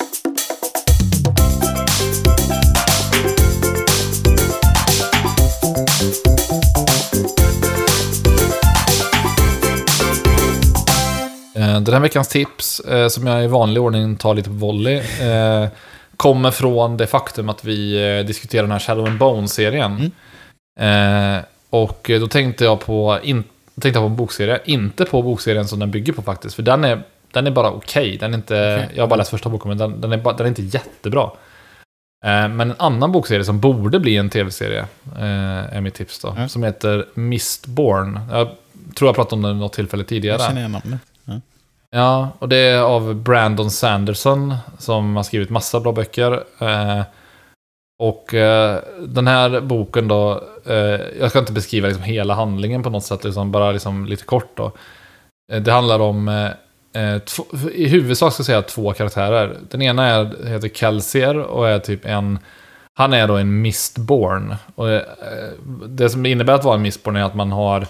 Den här veckans tips, som jag i vanlig ordning tar lite på volley, kommer från det faktum att vi diskuterar den här Shadow and Bone-serien. Och då tänkte jag på en bokserie, inte på bokserien som den bygger på faktiskt, för den är bara okej. Den är inte, jag har bara läst första boken, men den är inte jättebra. Men en annan bokserie som borde bli en tv-serie är mitt tips då, som heter Mistborn. Jag tror jag pratade om den något tillfälle tidigare. Jag känner igen namnet. Ja, och det är av Brandon Sanderson som har skrivit massa bra böcker. Och den här boken då, jag ska inte beskriva liksom hela handlingen på något sätt, liksom bara liksom lite kort då. Det handlar om i huvudsak ska jag säga 2 karaktärer. Den ena heter Kelsier och är typ han är då en Mistborn. Och det som innebär att vara en Mistborn är att man har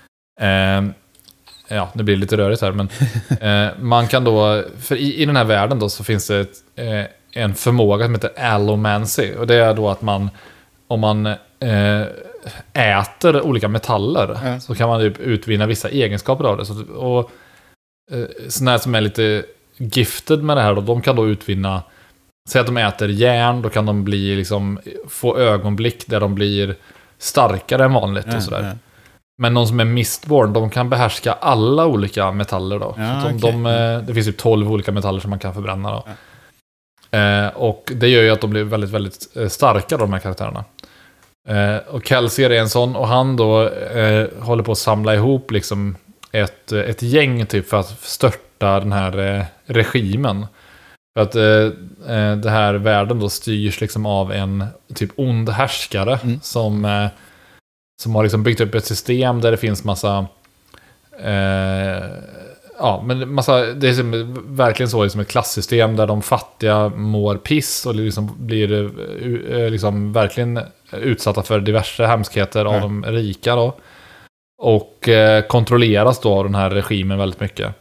det blir lite rörigt här, men man kan då, för i den här världen då så finns det en förmåga som heter allomancy, och det är då att om man äter olika metaller så kan man typ utvinna vissa egenskaper av det. Och sådana här som är lite gifted med det här då, de kan då utvinna, säg att de äter järn, då kan de bli liksom, få ögonblick där de blir starkare än vanligt och sådär. Men de som är Mistborn, de kan behärska alla olika metaller då. Det finns ju 12 olika metaller som man kan förbränna då. Och det gör ju att de blir väldigt, väldigt starka, de här karaktärerna. Och Kelsier är en sån, och han då håller på att samla ihop liksom ett gäng typ för att störta den här regimen. För att det här världen då styrs liksom av en typ ond härskare som har liksom byggt upp ett system där det finns massa det är som, verkligen så liksom ett klassystem där de fattiga mår piss och liksom blir liksom verkligen utsatta för diverse hemskheter av de rika då. Och kontrolleras då av den här regimen väldigt mycket.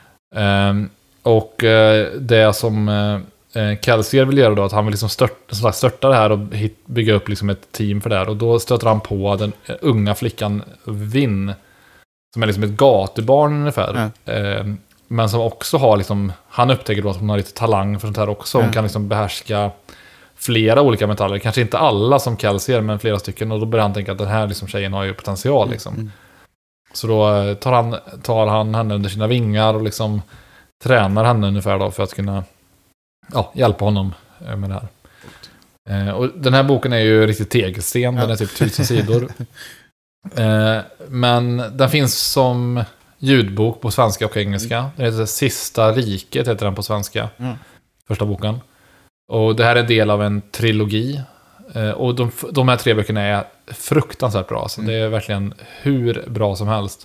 Det som Kelsier vill göra då, att han vill liksom störta det här och bygga upp liksom ett team för det här. Och då stöter han på den unga flickan Vin, som är liksom ett gatubarn ungefär. Men som också har liksom, han upptäcker då att hon har lite talang för sånt här också. Hon kan liksom behärska flera olika metaller. Kanske inte alla som Kelsier, men flera stycken. Och då börjar han tänka att den här liksom tjejen har ju potential liksom. Så då tar han henne under sina vingar och liksom tränar henne ungefär då för att kunna hjälpa honom med det här. Och den här boken är ju riktigt tegelsten. Den är typ 1000 sidor. Men den finns som ljudbok på svenska och engelska. Den heter Sista riket, heter den på svenska. Första boken. Och det här är en del av en trilogi. Och de här 3 böckerna är fruktansvärt bra. Så det är verkligen hur bra som helst.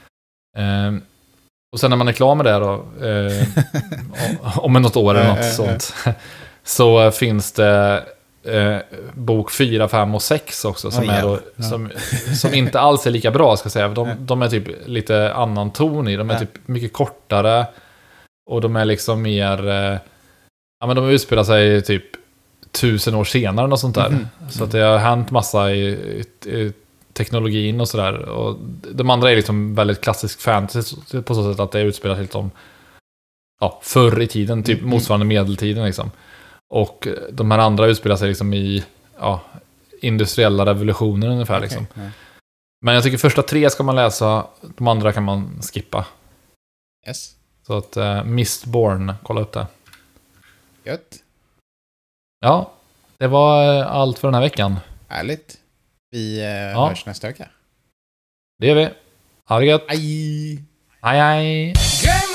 Och sen när man är klar med det då, om något år eller något sånt, så finns det bok 4, 5 och 6 också som är då, som inte alls är lika bra, ska jag säga. De är typ lite annan ton i. De är typ mycket kortare och de är liksom mer men de utspelar sig typ 1000 år senare och sånt där. Så att det har hänt massa i teknologin och sådär. Och de andra är liksom väldigt klassisk fantasy på så sätt att det utspelar sig liksom förr i tiden, typ motsvarande medeltiden liksom. Och de här andra utspelar sig liksom i industriella revolutionen ungefär liksom. Men jag tycker första 3 ska man läsa, de andra kan man skippa. Yes. Så att Mistborn, kolla upp det. Gött. Ja, det var allt för den här veckan. Härligt. Vi hörs nästa vecka. Det gör vi. Ha det gött. Hej! Hej, hej.